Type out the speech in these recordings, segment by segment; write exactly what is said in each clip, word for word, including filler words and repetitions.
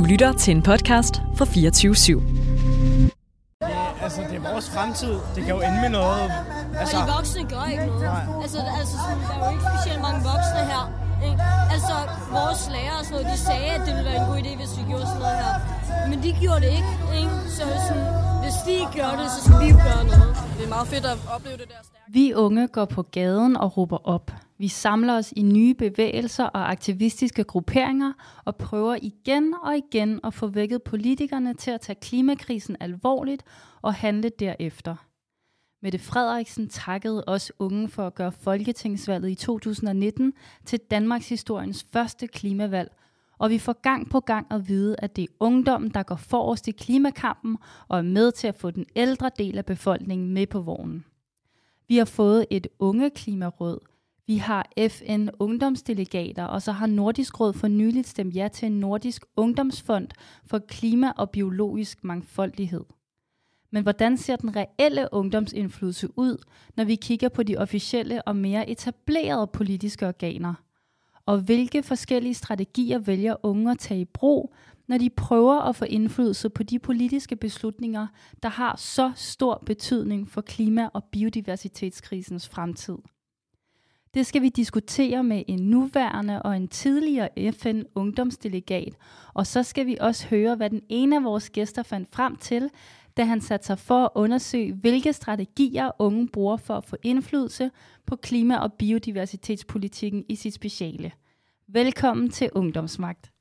lytter til en podcast fra fireogtyve syv. Det, altså, det er vores fremtid. Det kan jo ende med noget. Altså, og de voksne gør ikke noget. Nej. Altså, altså sådan, der er jo ikke specielt mange voksne her. Ikke? Altså, vores lærere og sådan noget, de sagde, at det ville være en god idé, hvis vi gjorde sådan noget her. Men de gjorde det ikke. Ikke? Så sådan, hvis de ikke gør det, så skal vi jo gøre noget. Det er meget fedt at opleve det der stærkt. Vi unge går på gaden og råber op. Vi samler os i nye bevægelser og aktivistiske grupperinger og prøver igen og igen at få vækket politikerne til at tage klimakrisen alvorligt og handle derefter. Mette Frederiksen takkede os unge for at gøre folketingsvalget i to tusind nitten til Danmarks historiens første klimavalg, og vi får gang på gang at vide, at det er ungdommen, der går forrest i klimakampen og er med til at få den ældre del af befolkningen med på vognen. Vi har fået et unge klimaråd, vi har F N ungdomsdelegater, og så har Nordisk Råd for nyligt stemt ja til en nordisk ungdomsfond for klima og biologisk mangfoldighed. Men hvordan ser den reelle ungdomsindflydelse ud, når vi kigger på de officielle og mere etablerede politiske organer? Og hvilke forskellige strategier vælger unge at tage i brug, når de prøver at få indflydelse på de politiske beslutninger, der har så stor betydning for klima- og biodiversitetskrisens fremtid? Det skal vi diskutere med en nuværende og en tidligere F N ungdomsdelegat, og så skal vi også høre, hvad den ene af vores gæster fandt frem til, da han satte sig for at undersøge, hvilke strategier unge bruger for at få indflydelse på klima- og biodiversitetspolitikken i sit speciale. Velkommen til Ungdomsmagt.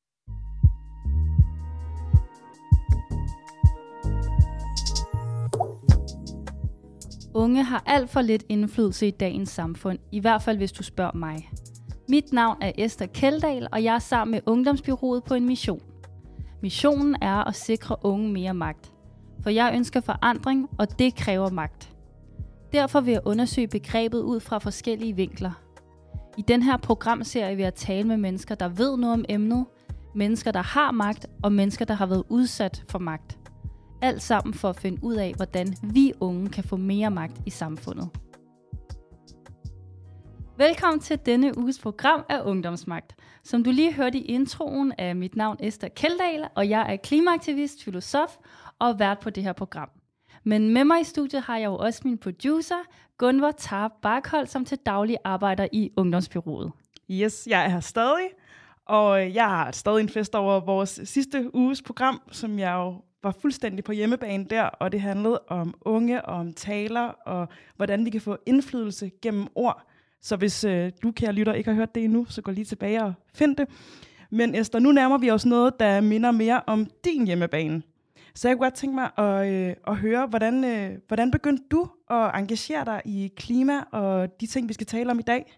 Unge har alt for lidt indflydelse i dagens samfund, i hvert fald hvis du spørger mig. Mit navn er Esther Kjeldahl, og jeg er sammen med Ungdomsbureauet på en mission. Missionen er at sikre unge mere magt. For jeg ønsker forandring, og det kræver magt. Derfor vil jeg undersøge begrebet ud fra forskellige vinkler. I den her programserie vil jeg tale med mennesker, der ved noget om emnet, mennesker, der har magt, og mennesker, der har været udsat for magt. Alt sammen for at finde ud af, hvordan vi unge kan få mere magt i samfundet. Velkommen til denne uges program af Ungdomsmagt. Som du lige hørte i introen, er mit navn Esther Kjeldahl, og jeg er klimaaktivist, filosof og vært på det her program. Men med mig i studiet har jeg jo også min producer, Gunvor Tarp Barkhold, som til daglig arbejder i Ungdomsbureauet. Yes, jeg er her stadig, og jeg har stadig en fest over vores sidste uges program, som jeg jo var fuldstændig på hjemmebane der, og det handlede om unge og om taler, og hvordan vi kan få indflydelse gennem ord. Så hvis øh, du, kære lytter, ikke har hørt det endnu, så gå lige tilbage og find det. Men Esther, nu nærmer vi os noget, der minder mere om din hjemmebane. Så jeg kunne godt tænke mig at, øh, at høre, hvordan, øh, hvordan begyndte du at engagere dig i klima og de ting, vi skal tale om i dag?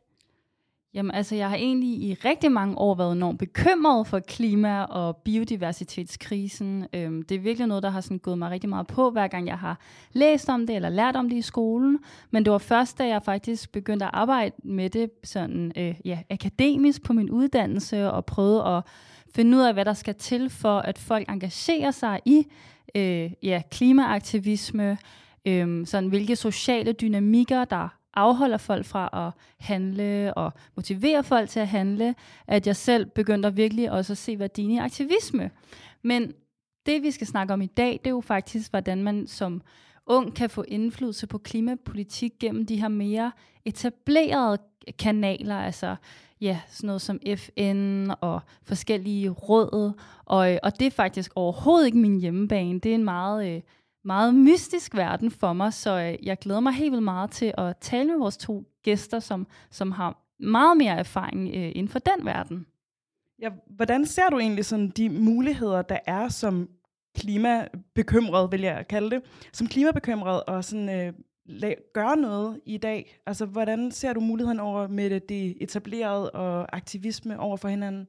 Jamen altså, jeg har egentlig i rigtig mange år været enormt bekymret for klima- og biodiversitetskrisen. Øhm, det er virkelig noget, der har sådan gået mig rigtig meget på, hver gang jeg har læst om det eller lært om det i skolen. Men det var først, da jeg faktisk begyndte at arbejde med det sådan, øh, ja, akademisk på min uddannelse og prøvede at finde ud af, hvad der skal til for, at folk engagerer sig i øh, ja, klimaaktivisme, øh, sådan, hvilke sociale dynamikker, der afholder folk fra at handle og motiverer folk til at handle, at jeg selv begyndte at virkelig også at se værdien i aktivisme. Men det, vi skal snakke om i dag, det er jo faktisk, hvordan man som ung kan få indflydelse på klimapolitik gennem de her mere etablerede kanaler, altså ja, sådan noget som F N og forskellige råd, og, og det er faktisk overhovedet ikke min hjemmebane. Det er en meget øh, meget mystisk verden for mig, så jeg glæder mig helt vildt meget til at tale med vores to gæster, som, som har meget mere erfaring øh, inden for den verden. Ja, hvordan ser du egentlig sådan de muligheder, der er som klimabekymret, vil jeg kalde det, som klimabekymret og sådan øh, la- gøre noget i dag? Altså, hvordan ser du muligheden over med det, det etablerede og aktivisme over for hinanden?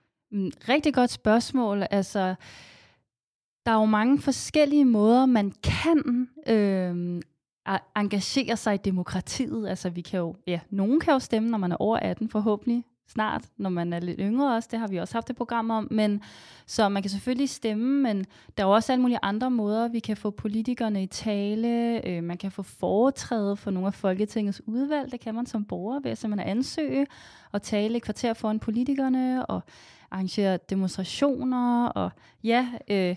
Rigtig godt spørgsmål. Altså, der er jo mange forskellige måder, man kan øh, engagere sig i demokratiet. Altså, vi kan jo, ja, nogen kan jo stemme, når man er over atten forhåbentlig. snart, når man er lidt yngre også. Det har vi også haft et program om. Men, så man kan selvfølgelig stemme, men der er jo også alle mulige andre måder. Vi kan få politikerne i tale, øh, man kan få foretræde for nogle af Folketingets udvalg. Det kan man som borger ved at simpelthen ansøge og tale et kvarter foran politikerne og arrangere demonstrationer og ja, øh,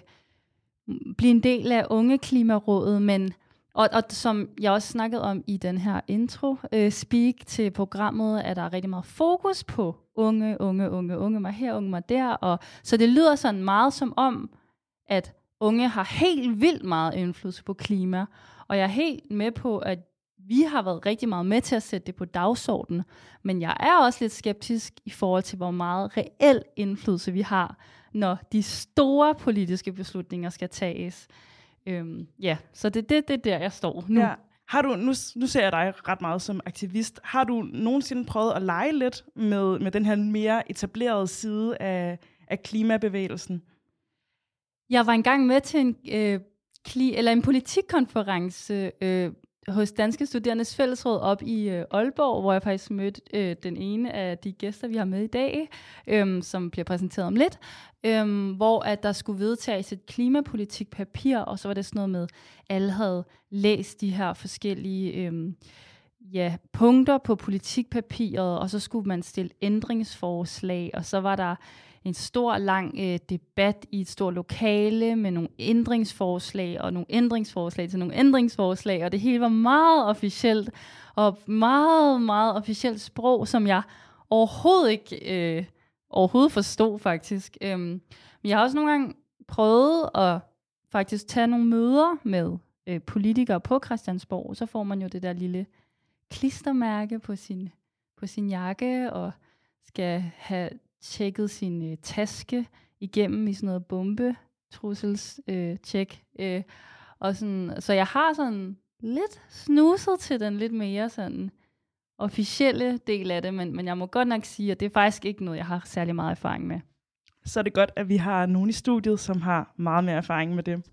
blive en del af Ungeklimarådet, men Og, og som jeg også snakkede om i den her intro-speak øh, til programmet, er der rigtig meget fokus på unge, unge, unge, unge mig her, unge mig der. Og, så det lyder sådan meget som om, at unge har helt vildt meget indflydelse på klima. Og jeg er helt med på, at vi har været rigtig meget med til at sætte det på dagsordenen. Men jeg er også lidt skeptisk i forhold til, hvor meget reel indflydelse vi har, når de store politiske beslutninger skal tages. Øhm, ja, så det er det, det der, jeg står nu. Ja. Har du, nu, nu ser jeg dig ret meget som aktivist. Har du nogensinde prøvet at lege lidt med, med den her mere etablerede side af, af klimabevægelsen? Jeg var engang med til en, øh, kli, eller en politikkonference øh, hos Danske Studerendes Fællesråd op i øh, Aalborg, hvor jeg faktisk mødte øh, den ene af de gæster, vi har med i dag, øh, som bliver præsenteret om lidt, øh, hvor at der skulle vedtages et klimapolitikpapir, og så var det sådan noget med, at alle havde læst de her forskellige øh, ja, punkter på politikpapiret, og så skulle man stille ændringsforslag, og så var der en stor, lang øh, debat i et stort lokale med nogle ændringsforslag og nogle ændringsforslag til nogle ændringsforslag, og det hele var meget officielt, og meget, meget officielt sprog, som jeg overhovedet ikke øh, overhovedet forstod faktisk. Øhm, men jeg har også nogle gange prøvet at faktisk tage nogle møder med øh, politikere på Christiansborg, så får man jo det der lille klistermærke på sin, på sin jakke, og skal have tjekket sin øh, taske igennem i sådan noget bombetrussels øh, tjek. Øh, og sådan, så jeg har sådan lidt snuset til den lidt mere sådan officielle del af det, men, men jeg må godt nok sige, at det er faktisk ikke noget, jeg har særlig meget erfaring med. Så er det godt, at vi har nogen i studiet, som har meget mere erfaring med det.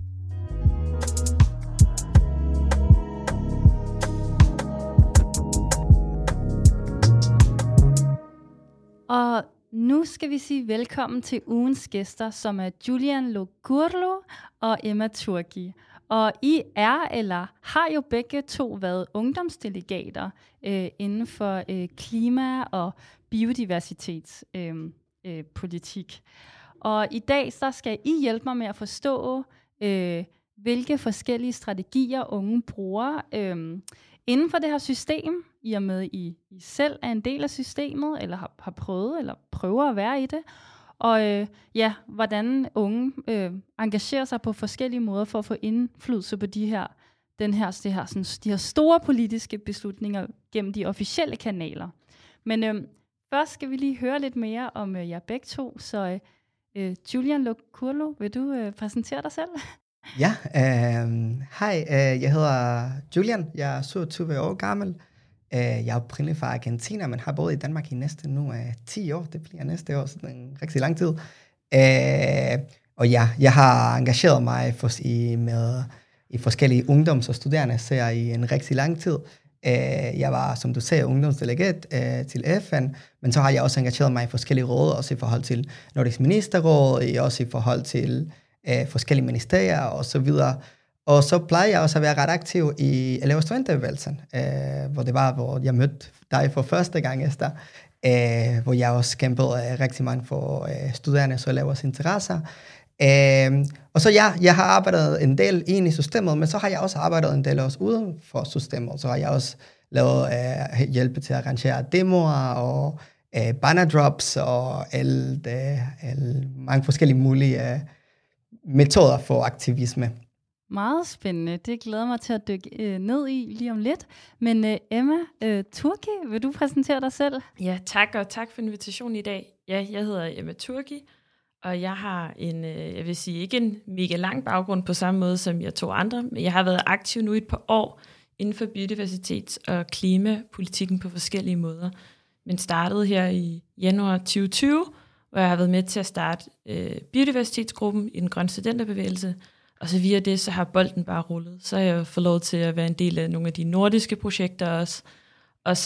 Og nu skal vi sige velkommen til ugens gæster, som er Julian Lo-Gurlu og Emma Turki. Og I er, eller har jo begge to været ungdomsdelegater øh, inden for øh, klima- og biodiversitetspolitik. Øh, øh, og i dag så skal I hjælpe mig med at forstå, øh, hvilke forskellige strategier unge bruger øh, inden for det her system, i og med I, I selv er en del af systemet, eller har, har prøvet, eller prøver at være i det. Og øh, ja, hvordan unge øh, engagerer sig på forskellige måder for at få indflydelse på de her, den her, det her, sådan, de her store politiske beslutninger gennem de officielle kanaler. Men øh, først skal vi lige høre lidt mere om øh, jer begge to. Så øh, Julian Lo-Gurlu, vil du øh, præsentere dig selv? Ja, øh, hej, øh, jeg hedder Julian, jeg er syvogtyve år gammel. Uh, jeg er oprindelig fra Argentina, men har boet i Danmark i næsten nu uh, ti år. Det bliver næste år, så det er en rigtig lang tid. Uh, og ja, jeg har engageret mig for, i, med, i forskellige ungdoms- og studerende serier i en rigtig lang tid. Uh, jeg var, som du sagde, ungdomsdelegat uh, til F N, men så har jeg også engageret mig i forskellige råd, også i forhold til Nordisk Ministerråd, også i forhold til uh, forskellige ministerier og så videre. Og så plejer jeg også at være ret aktiv i elev- og studenterbevægelsen, øh, hvor det var, hvor jeg mødte dig for første gang, Esther, øh, hvor jeg også kæmpede øh, rigtig meget for øh, studerende og elevers interesser. Øh, og så ja, jeg har arbejdet en del ind i systemet, men så har jeg også arbejdet en del også uden for systemet. Så har jeg også lavet øh, hjælp til at arrangere demoer og øh, bannerdrops og alt, øh, alt, mange forskellige mulige øh, metoder for aktivisme. Meget spændende. Det glæder mig til at dykke øh, ned i lige om lidt. Men øh, Emma øh, Turki, vil du præsentere dig selv? Ja, tak, og tak for invitationen i dag. Ja, jeg hedder Emma Turki, og jeg har en, øh, jeg vil sige, ikke en mega lang baggrund på samme måde som jeg to andre, men jeg har været aktiv nu i et par år inden for biodiversitets- og klimapolitikken på forskellige måder. Men startede her i januar tyve tyve, hvor jeg har været med til at starte øh, biodiversitetsgruppen i den grønne studenterbevægelse. Og så via det, så har bolden bare rullet. Så har jeg fået lov til at være en del af nogle af de nordiske projekter også. Og så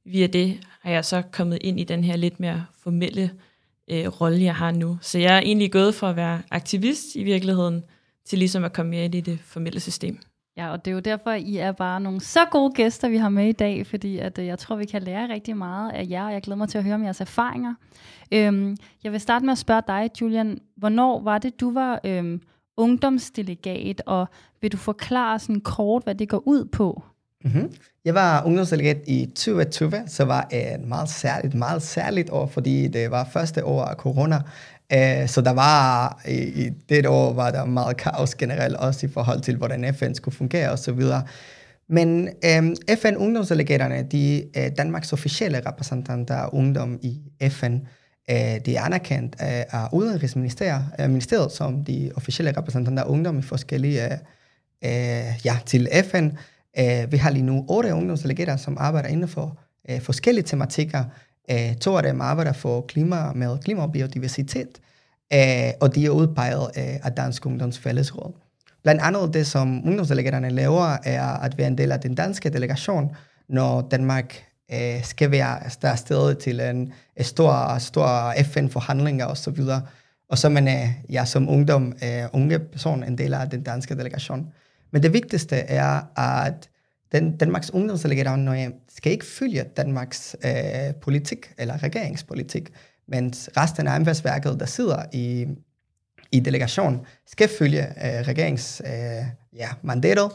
via det har jeg så kommet ind i den her lidt mere formelle øh, rolle, jeg har nu. Så jeg er egentlig gået fra at være aktivist i virkeligheden, til ligesom at komme mere ind i det formelle system. Ja, og det er jo derfor, at I er bare nogle så gode gæster, vi har med i dag, fordi at, øh, jeg tror, vi kan lære rigtig meget af jer, og jeg glæder mig til at høre om jeres erfaringer. Øhm, jeg vil starte med at spørge dig, Julian, hvornår var det, du var øhm, ungdomsdelegat, og vil du forklare sådan kort, hvad det går ud på? Mm-hmm. Jeg var ungdomsdelegat i tyve tyve, så var et meget særligt, meget særligt år, fordi det var første år af corona. Uh, så der var, i, i det år var der meget kaos generelt, også i forhold til, hvordan F N skulle fungere og så videre. Men um, F N-ungdomsdelegaterne, de er Danmarks officielle repræsentanter af ungdom i F N. Uh, de er anerkendt uh, af Udenrigsministeriet, uh, ministeriet, som de officielle repræsentanter af ungdom i forskellige, uh, uh, ja, til F N. Uh, vi har lige nu otte ungdomsdelegater, som arbejder inden for uh, forskellige tematikker. Uh, to af dem arbejder for klima med klima og biodiversitet, uh, og de er udpeget uh, af Dansk Ungdoms Fællesråd. Blandt andet det, som ungdomsdelegaterne laver, er at være en del af den danske delegation, når Danmark uh, skal være der sted til en stor, stor F N-forhandlinger osv. Og så er man uh, ja, som ungdom, uh, unge person, en del af den danske delegation. Men det vigtigste er, at den, Danmarks ungdomsdelegater skal ikke følge Danmarks øh, politik eller regeringspolitik, mens resten af embedsværket, der sidder i, i delegationen, skal følge øh, regeringsmandatet. Øh, ja, mandatet.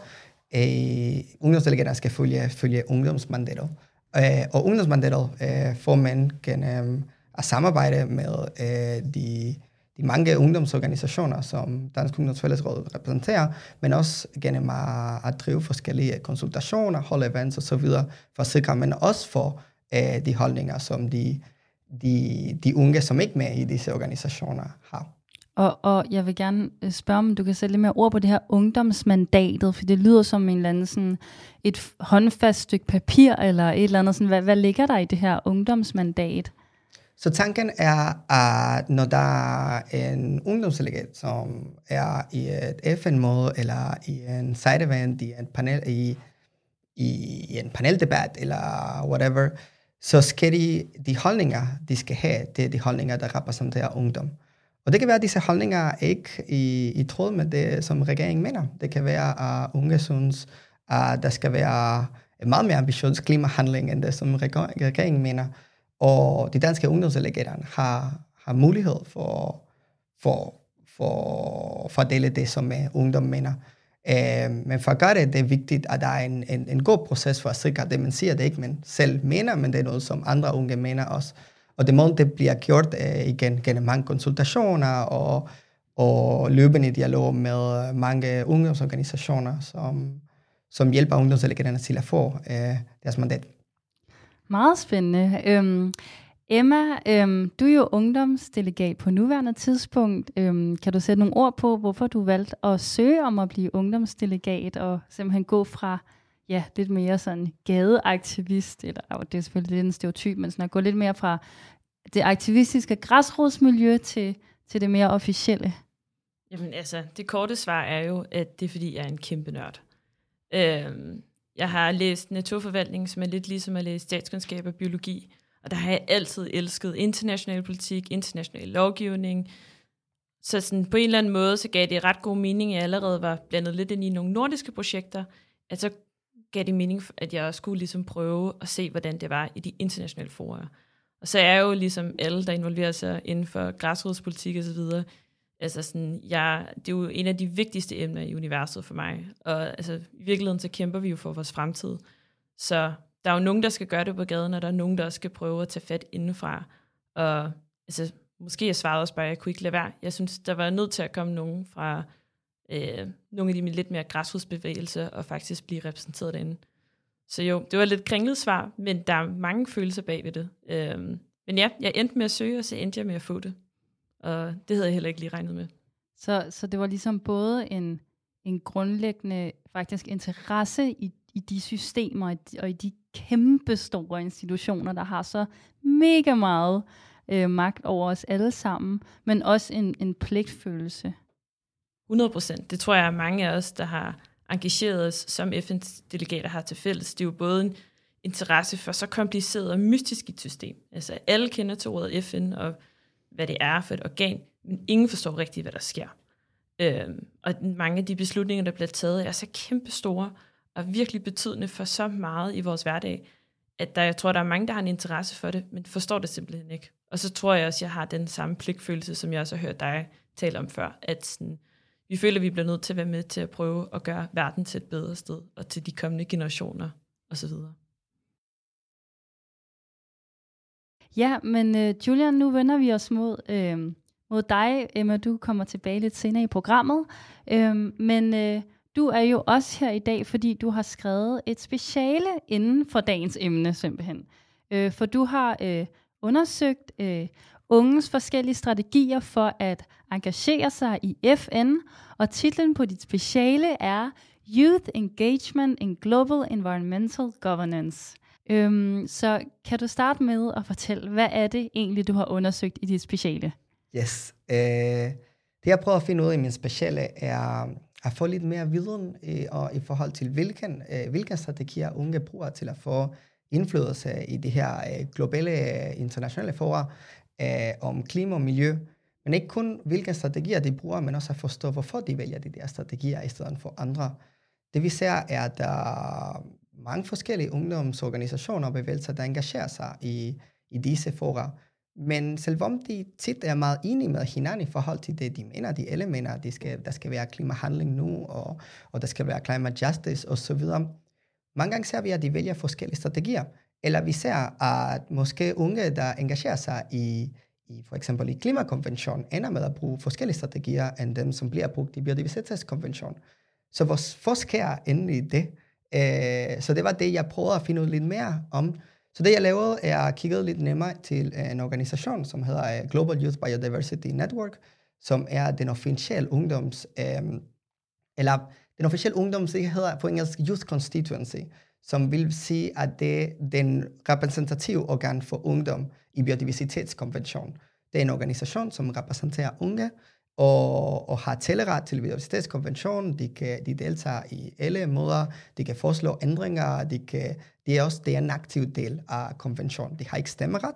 øh, ungdomsdelegater skal følge, følge ungdomsmandatet. Øh, og ungdomsmandatet øh, får man gennem at samarbejde med øh, de de mange ungdomsorganisationer, som Dansk Ungdoms Fællesråd repræsenterer, men også gennem at, at drive forskellige konsultationer, holde events og så videre, for at sikre, men også for øh, de holdninger, som de, de, de unge, som ikke er med i disse organisationer, har. Og, og jeg vil gerne spørge, om du kan sætte lidt mere ord på det her ungdomsmandatet, for det lyder som en eller anden sådan et håndfast stykke papir, eller et eller andet sådan, hvad, hvad ligger der i det her ungdomsmandat? Så tanken er, at når der er en ungdomsdelegat, som er i et F N-møde, eller i en side-event, i en, panel, i, i en paneldebat, eller whatever, så skal de, de holdninger, de skal have, det er de holdninger, der repræsenterer ungdom. Og det kan være, at disse holdninger ikke i, i tråd med det, som regeringen mener. Det kan være, at unge synes, at der skal være en meget mere ambitiøs klimahandling, end det, som regeringen mener. Og de danske ungdomsdelegater har, har mulighed for, for, for, for at dele det, som ungdom mener. Uh, men for at gøre det, det er vigtigt, at der er en, en, en god proces for at sikre, at det, man siger, det ikke man selv mener, men det er noget, som andre unge mener også. Og det måde, det bliver gjort uh, igen gennem mange konsultationer og, og løbende dialog med mange ungdomsorganisationer, som, som hjælper ungdomsdelegaterne til at få uh, deres mandat. Meget spændende. Øhm, Emma, øhm, du er jo ungdomsdelegat på nuværende tidspunkt. Øhm, kan du sætte nogle ord på, hvorfor du valgte at søge om at blive ungdomsdelegat og simpelthen gå fra ja, lidt mere sådan gadeaktivist, eller oh, det er selvfølgelig lidt en stereotyp, men sådan at gå lidt mere fra det aktivistiske græsrodsmiljø til, til det mere officielle? Jamen altså, det korte svar er jo, at det er fordi, jeg er en kæmpe nørd. Øhm Jeg har læst naturforvaltning, som er lidt ligesom at læse statskundskab og biologi, og der har jeg altid elsket international politik, international lovgivning. Så sådan på en eller anden måde, så gav det ret god mening, at jeg allerede var blandet lidt ind i nogle nordiske projekter, at så gav det mening, at jeg også skulle ligesom prøve at se, hvordan det var i de internationale forer. Og så er jeg jo ligesom alle, der involverer sig inden for græsrodspolitik og så videre. Altså sådan, jeg, det er jo en af de vigtigste emner i universet for mig. Og altså, i virkeligheden så kæmper vi jo for vores fremtid. Så der er jo nogen, der skal gøre det på gaden, og der er nogen, der også skal prøve at tage fat indenfra. Og altså, måske jeg svarede også bare, at jeg kunne ikke lade være. Jeg synes, der var nødt til at komme nogen fra øh, nogle af de lidt mere græsrodsbevægelser, og faktisk blive repræsenteret derinde. Så jo, det var et lidt kringlet svar, men der er mange følelser bag ved det. Øh, men ja, jeg endte med at søge, og så endte jeg med at få det. Og det havde jeg heller ikke lige regnet med. Så, så det var ligesom både en, en grundlæggende faktisk interesse i, i de systemer og i de kæmpe store institutioner, der har så mega meget øh, magt over os alle sammen, men også en, en pligtfølelse. hundrede procent. Det tror jeg, at mange af os, der har engageret os som F N's delegater har til fælles. Det er jo både en, interesse for så kompliceret og mystisk et system. Altså alle kender til ordet F N og hvad det er for et organ, men ingen forstår rigtigt, hvad der sker. Øhm, og mange af de beslutninger, der bliver taget, er så kæmpestore og virkelig betydende for så meget i vores hverdag, at der, jeg tror, der er mange, der har en interesse for det, men forstår det simpelthen ikke. Og så tror jeg også, jeg har den samme pligtfølelse, som jeg også har hørt dig tale om før, at sådan, vi føler, at vi bliver nødt til at være med til at prøve at gøre verden til et bedre sted, og til de kommende generationer osv. Ja, men uh, Julian, nu vender vi os mod, øh, mod dig, Emma. Du kommer tilbage lidt senere i programmet. Øh, men øh, du er jo også her i dag, fordi du har skrevet et speciale inden for dagens emne, simpelthen. Øh, for du har øh, undersøgt øh, unges forskellige strategier for at engagere sig i F N, og titlen på dit speciale er Youth Engagement in Global Environmental Governance. Øhm, så kan du starte med at fortælle, hvad er det egentlig, du har undersøgt i dit speciale? Yes. Uh, det jeg prøver at finde ud af i min speciale er at få lidt mere viden uh, og i forhold til, hvilken, uh, hvilke strategier unge bruger til at få indflydelse i de her uh, globale uh, internationale fora uh, om klima og miljø. Men ikke kun hvilke strategier de bruger, men også at forstå, hvorfor de vælger de der strategier i stedet for andre. Det vi ser er, at der er mange forskellige ungdomsorganisationer og bevægelser, der engagerer sig i, i disse fora. Men selvom de tit er meget enige med hinanden i forhold til det, de mener, de alle mener, at de skal, der skal være klimahandling nu, og, og der skal være climate justice osv. Mange gange ser vi, at de vælger forskellige strategier. Eller vi ser, at måske unge, der engagerer sig i, i for eksempel i klimakonventionen, ender med at bruge forskellige strategier, end dem, som bliver brugt i biodiversitetskonventionen. Så vores forskel er endelig det. Uh, så det var det, jeg prøvede at finde ud lidt mere om. Så det, jeg lavede, er at kigge lidt nemmere til en organisation, som hedder Global Youth Biodiversity Network, som er den officielle ungdoms, um, eller den officielle ungdoms, det hedder på engelsk Youth Constituency, som vil sige, at det er den repræsentative organ for ungdom i biodiversitetskonventionen. Det er en organisation, som repræsenterer unge, Og, og har taleret til biodiversitetskonventionen. De, kan, de deltager i alle måder. De kan foreslå ændringer. De, kan, de er også det er en aktiv del af konventionen. De har ikke stemmeret,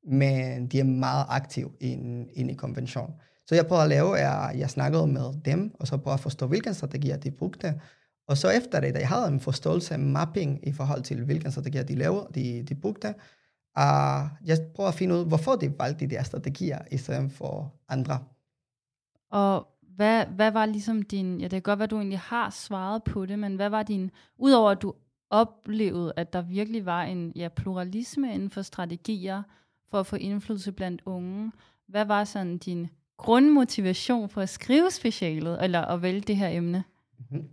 men de er meget aktive inde i konventionen. Så jeg prøvede at lave, er, at jeg snakkede med dem, og så prøvede at forstå, hvilke strategier de brugte. Og så efter det, da jeg havde en forståelse af mapping i forhold til, hvilke strategier de lavede, de, de brugte, uh, jeg prøvede at finde ud, hvorfor de valgte de der strategier, i stedet for andre. Og hvad, hvad var ligesom din, ja det kan godt være, at du egentlig har svaret på det, men hvad var din, udover at du oplevede, at der virkelig var en ja, pluralisme inden for strategier for at få indflydelse blandt unge, hvad var sådan din grundmotivation for at skrive specialet, eller at vælge det her emne? Mm-hmm.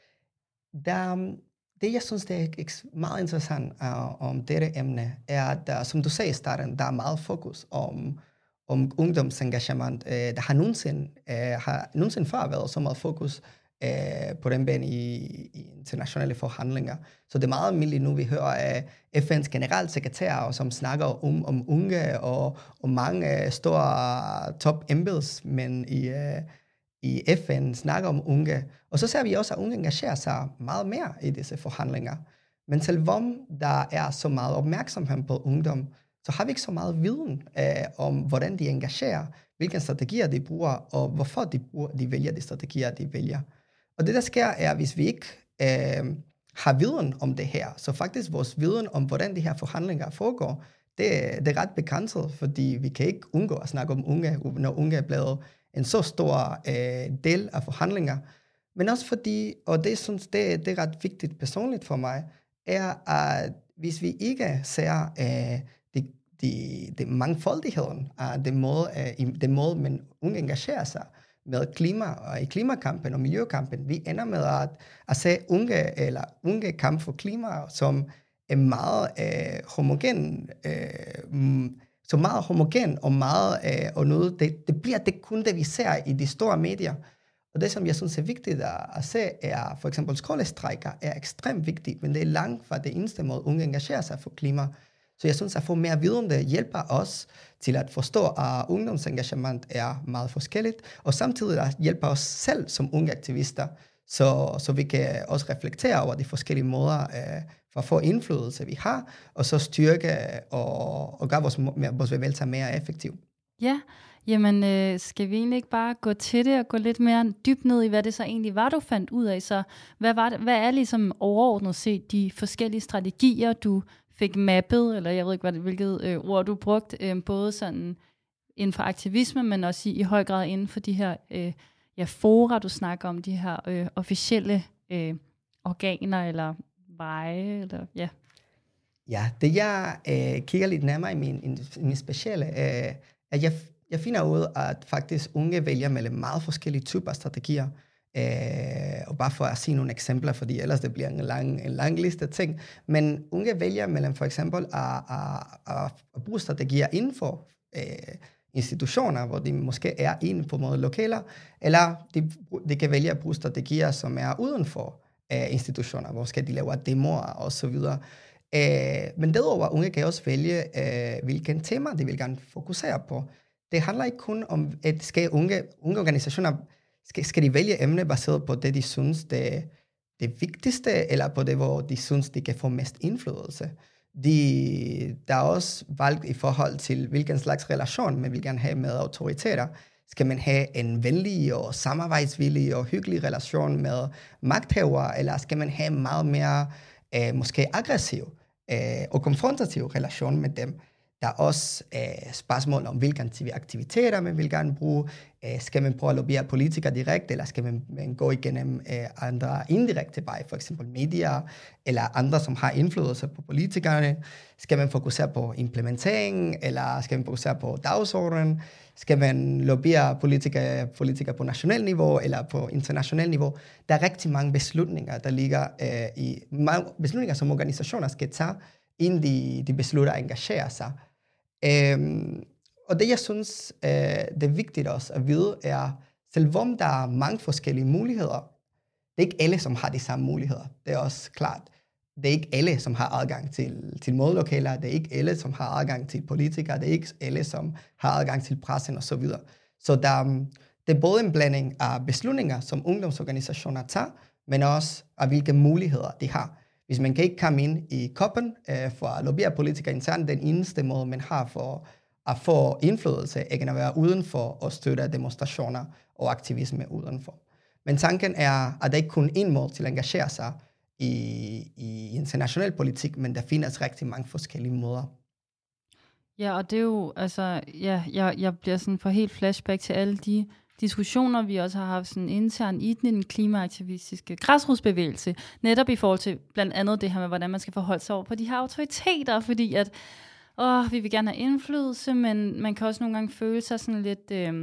Der, det jeg synes, det er meget interessant uh, om dette emne, er, at der, som du sagde i starten, der er meget fokus om om ungdomsengagement. Øh, der har nogensinde, øh, har nogensinde før været så meget fokus øh, på den bane i, i internationale forhandlinger. Så det er meget almindeligt nu, vi hører af F N's generalsekretær, som snakker om, om unge og, og mange store top embedsmænd i, øh, i F N snakker om unge. Og så ser vi også, at unge engagerer sig meget mere i disse forhandlinger. Men selvom der er så meget opmærksomhed på ungdom, så har vi ikke så meget viden øh, om, hvordan de engagerer, hvilke strategier de bruger, og hvorfor de, bruger, de vælger de strategier, de vælger. Og det, der sker, er, hvis vi ikke øh, har viden om det her, så faktisk vores viden om, hvordan de her forhandlinger foregår, det, det er ret begrænset, fordi vi kan ikke undgå at snakke om unge, når unge er blevet en så stor øh, del af forhandlinger. Men også fordi, og det synes det, det er ret vigtigt personligt for mig, er, at hvis vi ikke ser øh, det, det, det mangfoldigheden af den måde, øh, den måde, man unge engagerer sig med klima og i klimakampen og miljøkampen, vi ender med at, at se unge eller unge kamp for klima som er meget øh, homogen, øh, så meget homogen og meget øh, og noget, det, det bliver det kun det vi ser i de store medier. Og det som jeg synes er vigtigt at, at se er for eksempel skolestrejker er ekstremt vigtigt, men det er langt fra det eneste måde unge engagerer sig for klima. Så jeg synes at få mere viden det hjælper os til at forstå at ungdomsengagement er meget forskelligt, og samtidig at hjælper os selv som unge aktivister, så, så vi kan også reflektere over de forskellige måder, øh, for at få indflydelse, vi har, og så styrke og, og gøre vores, vores bevægelser mere effektiv. Ja, jamen øh, skal vi egentlig ikke bare gå til det og gå lidt mere dybt ned i, hvad det så egentlig var, du fandt ud af? Så hvad, var det, hvad er ligesom overordnet set de forskellige strategier, du fik mappet, eller jeg ved ikke, hvad det, hvilket øh, ord du brugte, øh, både sådan inden for aktivisme, men også i, i høj grad inden for de her øh, ja, fora, du snakker om, de her øh, officielle øh, organer eller veje, eller ja. Ja, det jeg øh, kigger lidt nærmere i min, i min speciale, øh, at jeg, jeg finder ud, at faktisk unge vælger mellem meget forskellige typer strategier. Øh, og bare for at sige nogle eksempler, fordi ellers det bliver en lang, en lang liste af ting. Men unge vælger mellem for eksempel at, at, at, at bruge strategier inden for øh, institutioner, hvor de måske er inden for måde lokaler, eller de, de kan vælge at bruge strategier, som er uden for øh, institutioner, hvor skal de lave demoer og så videre. Øh, men derudover, unge kan også vælge, øh, hvilken tema de vil gerne fokusere på. Det handler ikke kun om, at skal unge, unge organisationer, skal, skal de vælge emne baseret på det, de synes, det, det vigtigste, eller på det, hvor de synes, de kan få mest indflydelse. De, der er også valgt i forhold til, hvilken slags relation man vil gerne have med autoriteter. Skal man have en venlig og samarbejdsvillig og hyggelig relation med magthavere, eller skal man have meget mere øh, måske aggressiv øh, og konfrontativ relation med dem? Der er også øh, spørgsmål om, hvilken aktiviteter man vil gerne bruge. Øh, skal man prøve at lobbyere politikere direkte, eller skal man, man gå igennem øh, andre indirekte veje, for eksempel medier, eller andre, som har indflydelse på politikerne? Skal man fokusere på implementering, eller skal man fokusere på dagsordenen? Skal man lobbyere politikere, politikere på national niveau, eller på international niveau? Der er rigtig mange beslutninger, der ligger øh, i mange beslutninger, som organisationer skal tage, inden de, de beslutter at engagere sig. Øhm, og det, jeg synes, øh, det er vigtigt også at vide, er, selvom der er mange forskellige muligheder, det er ikke alle, som har de samme muligheder. Det er også klart. Det er ikke alle, som har adgang til, til mødelokaler. Det er ikke alle, som har adgang til politikere. Det er ikke alle, som har adgang til pressen og så videre. Så der, det er både en blanding af beslutninger, som ungdomsorganisationer tager, men også af hvilke muligheder de har. Hvis man kan ikke komme ind i koppen øh, for at lobbyere politikere internt, den eneste måde, man har for at få indflydelse, ikke at være udenfor og støtte demonstrationer og aktivisme udenfor. Men tanken er, at der ikke kun er én måde til at engagere sig i, i international politik, men der findes rigtig mange forskellige måder. Ja, og det er jo, altså, ja, jeg, jeg bliver sådan for helt flashback til alle de diskussioner, vi også har haft sådan internt i den klimaaktivistiske græsrodsbevægelse, netop i forhold til blandt andet det her med, hvordan man skal forholde sig over på de her autoriteter, fordi at, åh, vi vil gerne have indflydelse, men man kan også nogle gange føle sig sådan lidt, øh,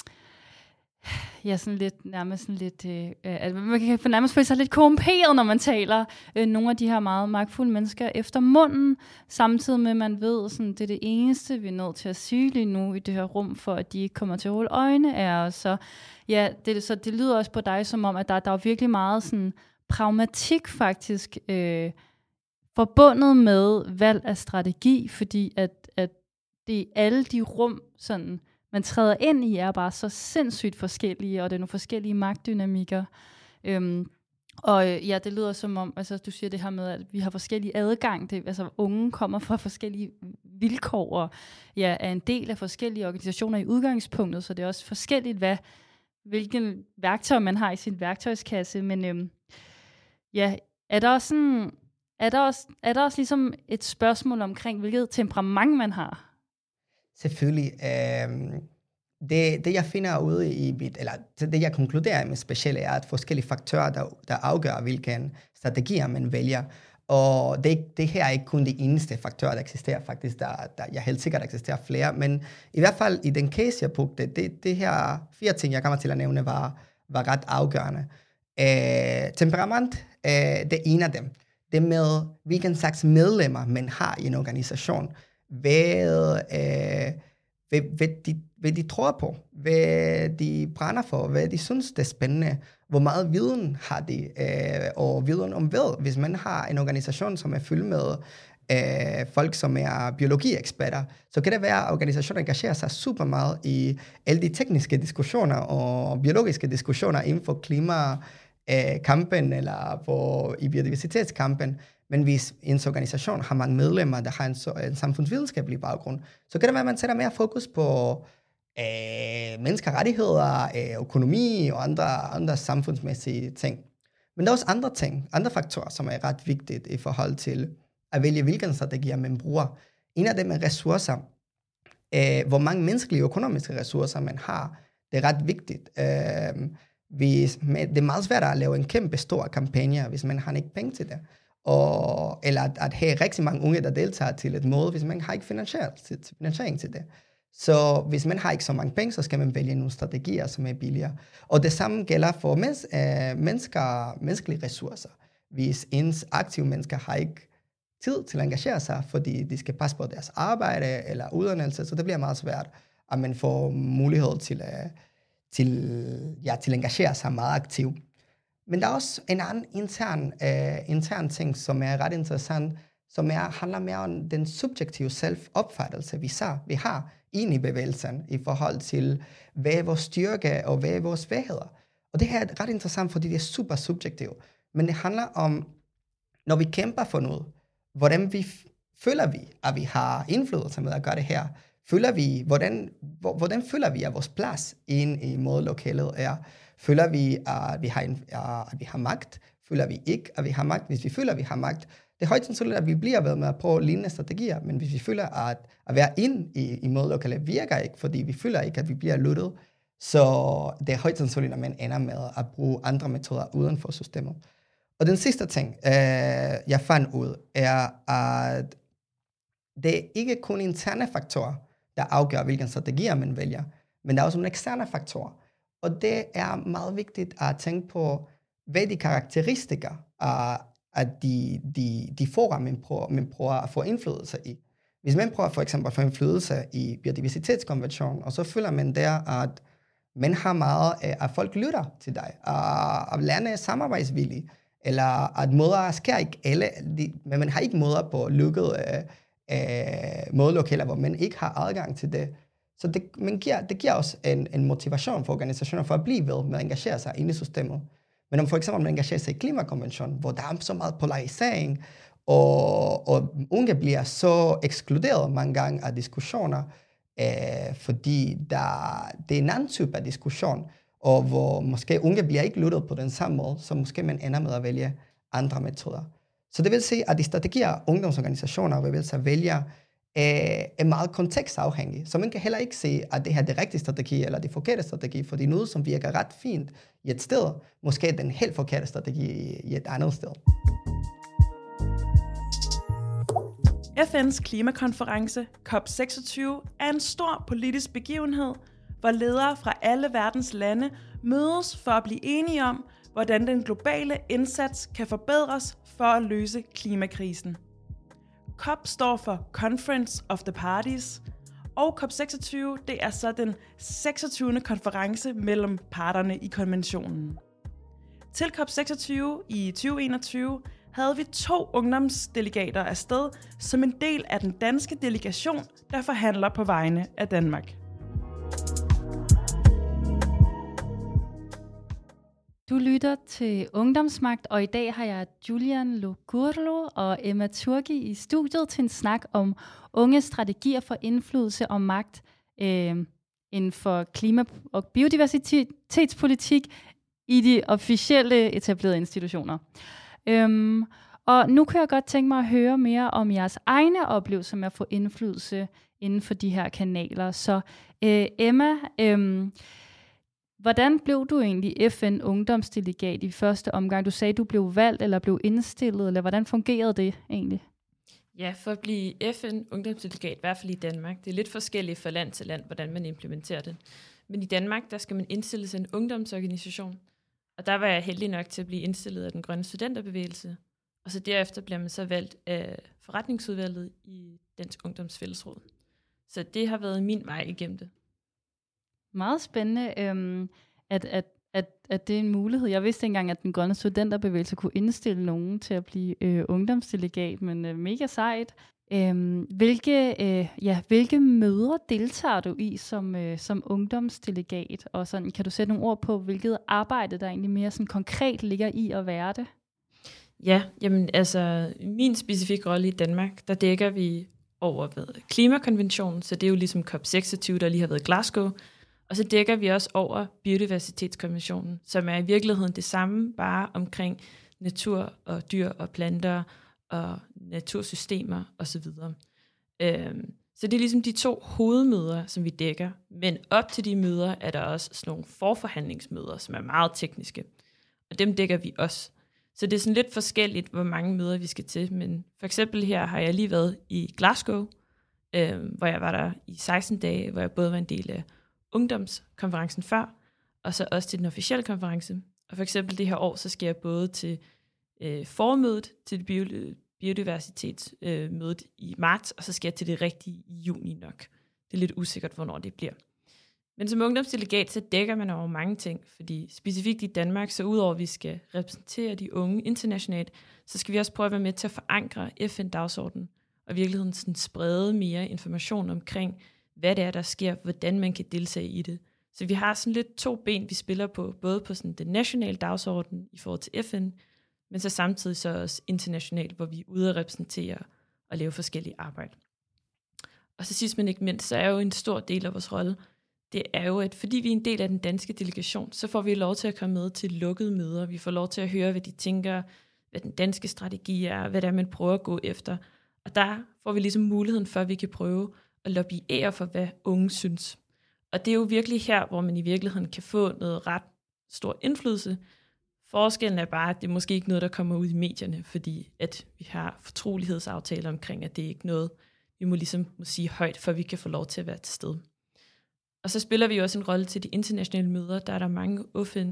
ja, sådan lidt, nærmest sådan lidt, øh, at man kan nærmest føle sig lidt korrumperet, når man taler øh, nogle af de her meget magtfulde mennesker efter munden, samtidig med, at man ved, sådan, det er det eneste, vi er nødt til at sige lige nu i det her rum, for at de ikke kommer til at holde øjne af os. Så, ja, det, så det lyder også på dig som om, at der, der er virkelig meget sådan, pragmatik faktisk øh, forbundet med valg af strategi, fordi at, at det er alle de rum, sådan, man træder ind i, er bare så sindssygt forskellige, og det er nogle forskellige magtdynamikker. Øhm, og ja, det lyder som om, altså du siger det her med, at vi har forskellige adgang, det, altså unge kommer fra forskellige vilkår, og ja, er en del af forskellige organisationer i udgangspunktet, så det er også forskelligt, hvad, hvilken værktøj man har i sin værktøjskasse, men øhm, ja, er der også sådan, er der også, er der også ligesom et spørgsmål omkring, hvilket temperament man har? Selvfølgelig. Øh, det, det, jeg finder ude i mit, eller det, jeg konkluderer med specielt, er, at forskellige faktorer, der, der afgør, hvilken strategier man vælger. Og det, det her er ikke kun det eneste faktor, der eksisterer faktisk. Der, der, jeg helt sikkert eksisterer flere, men i hvert fald i den case, jeg brugte, det, det her fire ting, jeg kommer til at nævne, var, var ret afgørende. Øh, temperament, øh, det er en af dem. Det med, hvilken slags medlemmer man har i en organisation. Hvad, øh, hvad, hvad, de, hvad de tror på, hvad de brænder for, hvad de synes det er spændende, hvor meget viden har de, øh, og viden om hvad. Hvis man har en organisation, som er fyldt med øh, folk, som er biologieksperter, så kan det være, at organisationen engagerer sig super meget i alle de tekniske diskussioner og biologiske diskussioner inden for klimakampen eller på, i biodiversitetskampen. Men hvis ens organisation har mange medlemmer, der har en, en samfundsvidenskabelig baggrund, så kan det være, at man sætter mere fokus på øh, menneskerettigheder, øh, økonomi og andre, andre samfundsmæssige ting. Men der er også andre ting, andre faktorer, som er ret vigtigt i forhold til at vælge, hvilke strategier man bruger. En af dem er ressourcer. Øh, hvor mange menneskelige og økonomiske ressourcer man har, det er ret vigtigt. Øh, hvis, med, det er meget svært at lave en kæmpe stor kampagne, hvis man har ikke penge til det. Og, eller at, at have rigtig mange unge, der deltager til et møde, hvis man har ikke finansiering til det. Så hvis man har ikke så mange penge, så skal man vælge nogle strategier, som er billigere. Og det samme gælder for mens, øh, mennesker, menneskelige ressourcer. Hvis ens aktive mennesker har ikke tid til at engagere sig, fordi de skal passe på deres arbejde eller uddannelse, så det bliver meget svært, at man får mulighed til at, til, ja, til at engagere sig meget aktivt. Men der er også en anden intern, uh, intern ting, som er ret interessant, som er, handler mere om den subjektive selvopfattelse, vi, så, vi har inde i bevægelsen, i forhold til, hvad er vores styrke og hvad er vores svagheder. Og det her er ret interessant, fordi det er super subjektivt. Men det handler om, når vi kæmper for noget, hvordan vi føler vi, at vi har indflydelse med at gøre det her. Føler vi, hvordan, hvordan føler vi, at vores plads inde i mådelokalet er? Føler vi, at vi, har en, at vi har magt? Føler vi ikke, at vi har magt? Hvis vi føler, at vi har magt, det er højt sandsynligt, at vi bliver ved med at prøve lignende strategier, men hvis vi føler, at, at være inde i, i mådelokalet virker ikke, fordi vi føler ikke, at vi bliver lyttet, så det er højt sandsynligt, at man ender med at bruge andre metoder uden for systemet. Og den sidste ting, øh, jeg fandt ud, er, at det er ikke kun interne faktorer, der afgør, hvilke strategier man vælger, men der er også nogle eksterne faktorer. Og det er meget vigtigt at tænke på, hvad de karakteristikker af, af de, de, de fora, man prøver, man prøver at få indflydelse i. Hvis man prøver for eksempel at få indflydelse i biodiversitetskonventionen, og så føler man der, at man har meget, at folk lytter til dig, og at lande er samarbejdsvillige, eller at måder sker ikke alle, de, men man har ikke måder på lukket øh, øh, mådelokaler, hvor man ikke har adgang til det. Så det, man giver, det giver også en, en motivation for organisationer for at blive ved med at engagere sig inde i systemet. Men om for eksempel man engagerer sig i klimakonventionen, hvor der er så meget polarisering, og, og unge bliver så ekskluderet mange gange af diskussioner, øh, fordi der, det er en anden type af diskussion, og hvor måske unge bliver ikke lyttet på den samme måde, så måske man ender med at vælge andre metoder. Så det vil sige, at de strategier, ungdomsorganisationer vil så vælge, er meget kontekstafhængige. Så man kan heller ikke se, at det her er det rigtige strategi, eller det forkerte strategi, fordi noget, som virker ret fint i et sted, måske er den helt forkerte strategi i et andet sted. F N's klimakonference COP seksogtyve er en stor politisk begivenhed, hvor ledere fra alle verdens lande mødes for at blive enige om, hvordan den globale indsats kan forbedres for at løse klimakrisen. COP står for Conference of the Parties, og COP seksogtyve det er så den seksogtyvende konference mellem parterne i konventionen. Til COP seksogtyve i tyve enogtyve havde vi to ungdomsdelegater afsted som en del af den danske delegation, der forhandler på vegne af Danmark. Du lytter til Ungdomsmagt, og i dag har jeg Julian Logurlo og Emma Turki i studiet til en snak om unge strategier for indflydelse og magt øh, inden for klima- og biodiversitetspolitik i de officielle etablerede institutioner. Øhm, og nu kan jeg godt tænke mig at høre mere om jeres egne oplevelser med at få indflydelse inden for de her kanaler. Så øh, Emma, øh, hvordan blev du egentlig F N-ungdomsdelegat i første omgang? Du sagde, du blev valgt eller blev indstillet, eller hvordan fungerede det egentlig? Ja, for at blive F N-ungdomsdelegat, i hvert fald i Danmark, det er lidt forskelligt fra land til land, hvordan man implementerer det. Men i Danmark, der skal man indstille sig en ungdomsorganisation, og der var jeg heldig nok til at blive indstillet af den grønne studenterbevægelse, og så derefter bliver man så valgt af forretningsudvalget i Dansk Ungdomsfællesråd. Så det har været min vej igennem det. Meget spændende, øhm, at, at, at, at det er en mulighed. Jeg vidste engang, at den grønne studenterbevægelse kunne indstille nogen til at blive øh, ungdomsdelegat, men øh, mega sejt. Øhm, hvilke, øh, ja, hvilke møder deltager du i som, øh, som ungdomsdelegat? Og sådan, kan du sætte nogle ord på, hvilket arbejde der egentlig mere sådan konkret ligger i at være det? Ja, jamen altså, min specifikke rolle i Danmark, der dækker vi over ved klimakonventionen, så det er jo ligesom C O P seksogtyve, der lige har været i Glasgow, og så dækker vi også over biodiversitetskonventionen, som er i virkeligheden det samme, bare omkring natur og dyr og planter og natursystemer osv. Øhm, så det er ligesom de to hovedmøder, som vi dækker, men op til de møder er der også sådan nogle forforhandlingsmøder, som er meget tekniske, og dem dækker vi også. Så det er sådan lidt forskelligt, hvor mange møder vi skal til, men for eksempel her har jeg lige været i Glasgow, øh, hvor jeg var der i seksten dage, hvor jeg både var en del af ungdomskonferencen før, og så også til den officielle konference. Og for eksempel det her år, så skal jeg både til øh, formødet, til det biodiversitetsmødet øh, i marts, og så skal jeg til det rigtige i juni nok. Det er lidt usikkert, hvornår det bliver. Men som ungdomsdelegat, så dækker man over mange ting, fordi specifikt i Danmark, så udover at vi skal repræsentere de unge internationalt, så skal vi også prøve at være med til at forankre F N-dagsordenen, og i virkeligheden sådan sprede mere information omkring, hvad det er, der sker, hvordan man kan deltage i det. Så vi har sådan lidt to ben, vi spiller på, både på sådan den nationale dagsorden i forhold til F N, men så samtidig så også internationalt, hvor vi er ude at repræsentere og lave forskellige arbejde. Og så sidst men ikke mindst, så er jo en stor del af vores rolle, det er jo, at fordi vi er en del af den danske delegation, så får vi lov til at komme med til lukkede møder. Vi får lov til at høre, hvad de tænker, hvad den danske strategi er, hvad det er, man prøver at gå efter. Og der får vi ligesom muligheden for, at vi kan prøve at lobbyere for, hvad unge synes. Og det er jo virkelig her, hvor man i virkeligheden kan få noget ret stor indflydelse. Forskellen er bare, at det er måske ikke noget, der kommer ud i medierne, fordi at vi har fortrolighedsaftaler omkring, at det er ikke noget, vi må ligesom må sige højt, for vi kan få lov til at være til stede. Og så spiller vi også en rolle til de internationale møder. Der er der mange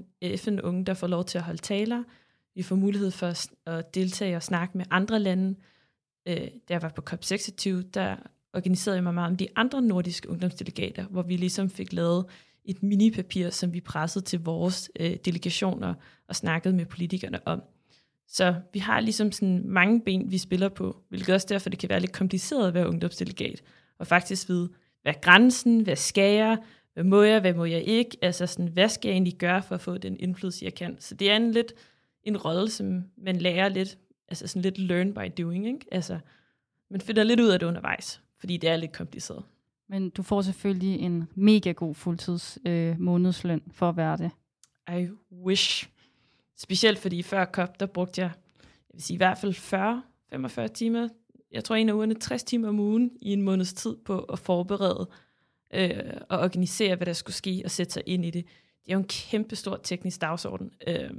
F N-unge, der får lov til at holde taler. Vi får mulighed for at deltage og snakke med andre lande. Da jeg var på C O P seksogtyve, der organiserede jeg mig meget om de andre nordiske ungdomsdelegater, hvor vi ligesom fik lavet et minipapir, som vi pressede til vores delegationer og snakkede med politikerne om. Så vi har ligesom sådan mange ben, vi spiller på, hvilket også derfor, det kan være lidt kompliceret at være ungdomsdelegat, og faktisk vide, hvad er grænsen, hvad skal jeg, hvad må jeg, hvad må jeg ikke, altså sådan, hvad skal jeg egentlig gøre for at få den indflydelse, jeg kan. Så det er en lidt en rolle, som man lærer lidt, altså sådan lidt learn by doing, ikke? Altså, man finder lidt ud af det undervejs, fordi det er lidt kompliceret. Men du får selvfølgelig en mega god fuldtids øh, månedsløn for at være det. I wish. Specielt fordi før C O P, der brugte jeg, jeg vil sige i hvert fald fyrre til femogfyrre timer, jeg tror en af ugerne tres timer om ugen i en måneds tid på at forberede øh, og organisere, hvad der skulle ske og sætte sig ind i det. Det er jo en kæmpe stor teknisk dagsorden. Øh,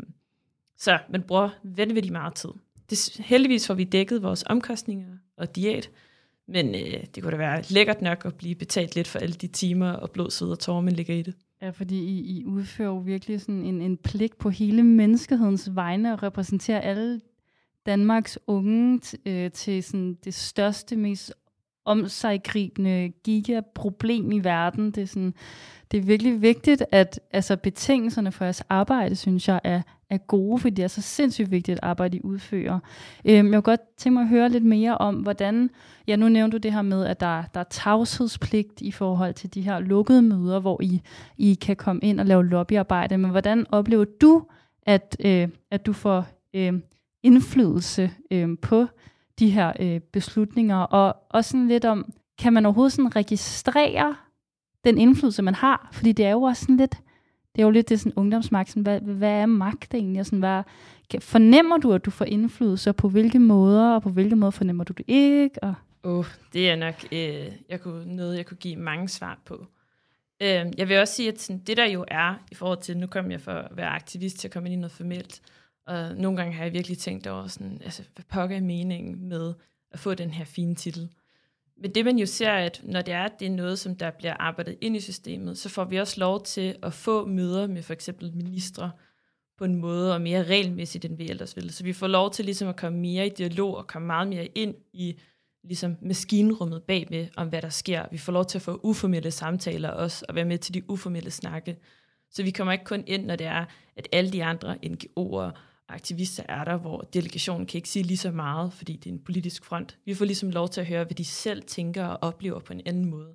så man bruger vanvittigt meget tid. Det, heldigvis får vi dækket vores omkostninger og diæt, men øh, det kunne da være lækkert nok at blive betalt lidt for alle de timer og blod, sved og tårer, man ligger i det. Ja, fordi I, I udfører jo virkelig sådan en, en pligt på hele menneskehedens vegne og repræsenterer alle Danmarks unge t- øh, til sådan det største, mest omsaggribende gigaproblem i verden. Det er, sådan, det er virkelig vigtigt, at altså, betingelserne for jeres arbejde, synes jeg, er, er gode, fordi det er så sindssygt vigtigt at arbejde, I udfører. Øhm, jeg vil godt tænke mig at høre lidt mere om, hvordan, ja, nu nævnte du det her med, at der, der er tavshedspligt i forhold til de her lukkede møder, hvor I, I kan komme ind og lave lobbyarbejde, men hvordan oplever du, at, øh, at du får øh, indflydelse øh, på de her øh, beslutninger, og også sådan lidt om, kan man overhovedet sådan registrere den indflydelse, man har? Fordi det er jo også sådan lidt, det er jo lidt det sådan ungdomsmagt, sådan, hvad, hvad er magt egentlig? Og sådan, hvad, fornemmer du, at du får indflydelse, og på hvilke måder, og på hvilke måder fornemmer du det ikke? Og oh, det er nok øh, jeg kunne, noget, jeg kunne give mange svar på. Øh, jeg vil også sige, at sådan, det der jo er, i forhold til, nu kom jeg for at være aktivist til at komme ind i noget formelt, og nogle gange har jeg virkelig tænkt over, sådan, altså, hvad pokker er meningen med at få den her fine titel? Men det man jo ser, at når det er, det er noget, som der bliver arbejdet ind i systemet, så får vi også lov til at få møder med for eksempel ministre på en måde, og mere regelmæssigt, end vi ellers ville. Så vi får lov til ligesom at komme mere i dialog, og komme meget mere ind i ligesom maskinrummet bagved, om hvad der sker. Vi får lov til at få uformelle samtaler også, og være med til de uformelle snakke. Så vi kommer ikke kun ind, når det er, at alle de andre N G O'er aktivister er der, hvor delegationen kan ikke sige lige så meget, fordi det er en politisk front. Vi får ligesom lov til at høre, hvad de selv tænker og oplever på en anden måde.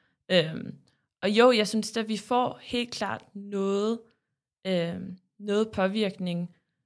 Øhm, og jo, jeg synes, at vi får helt klart noget, øhm, noget påvirkning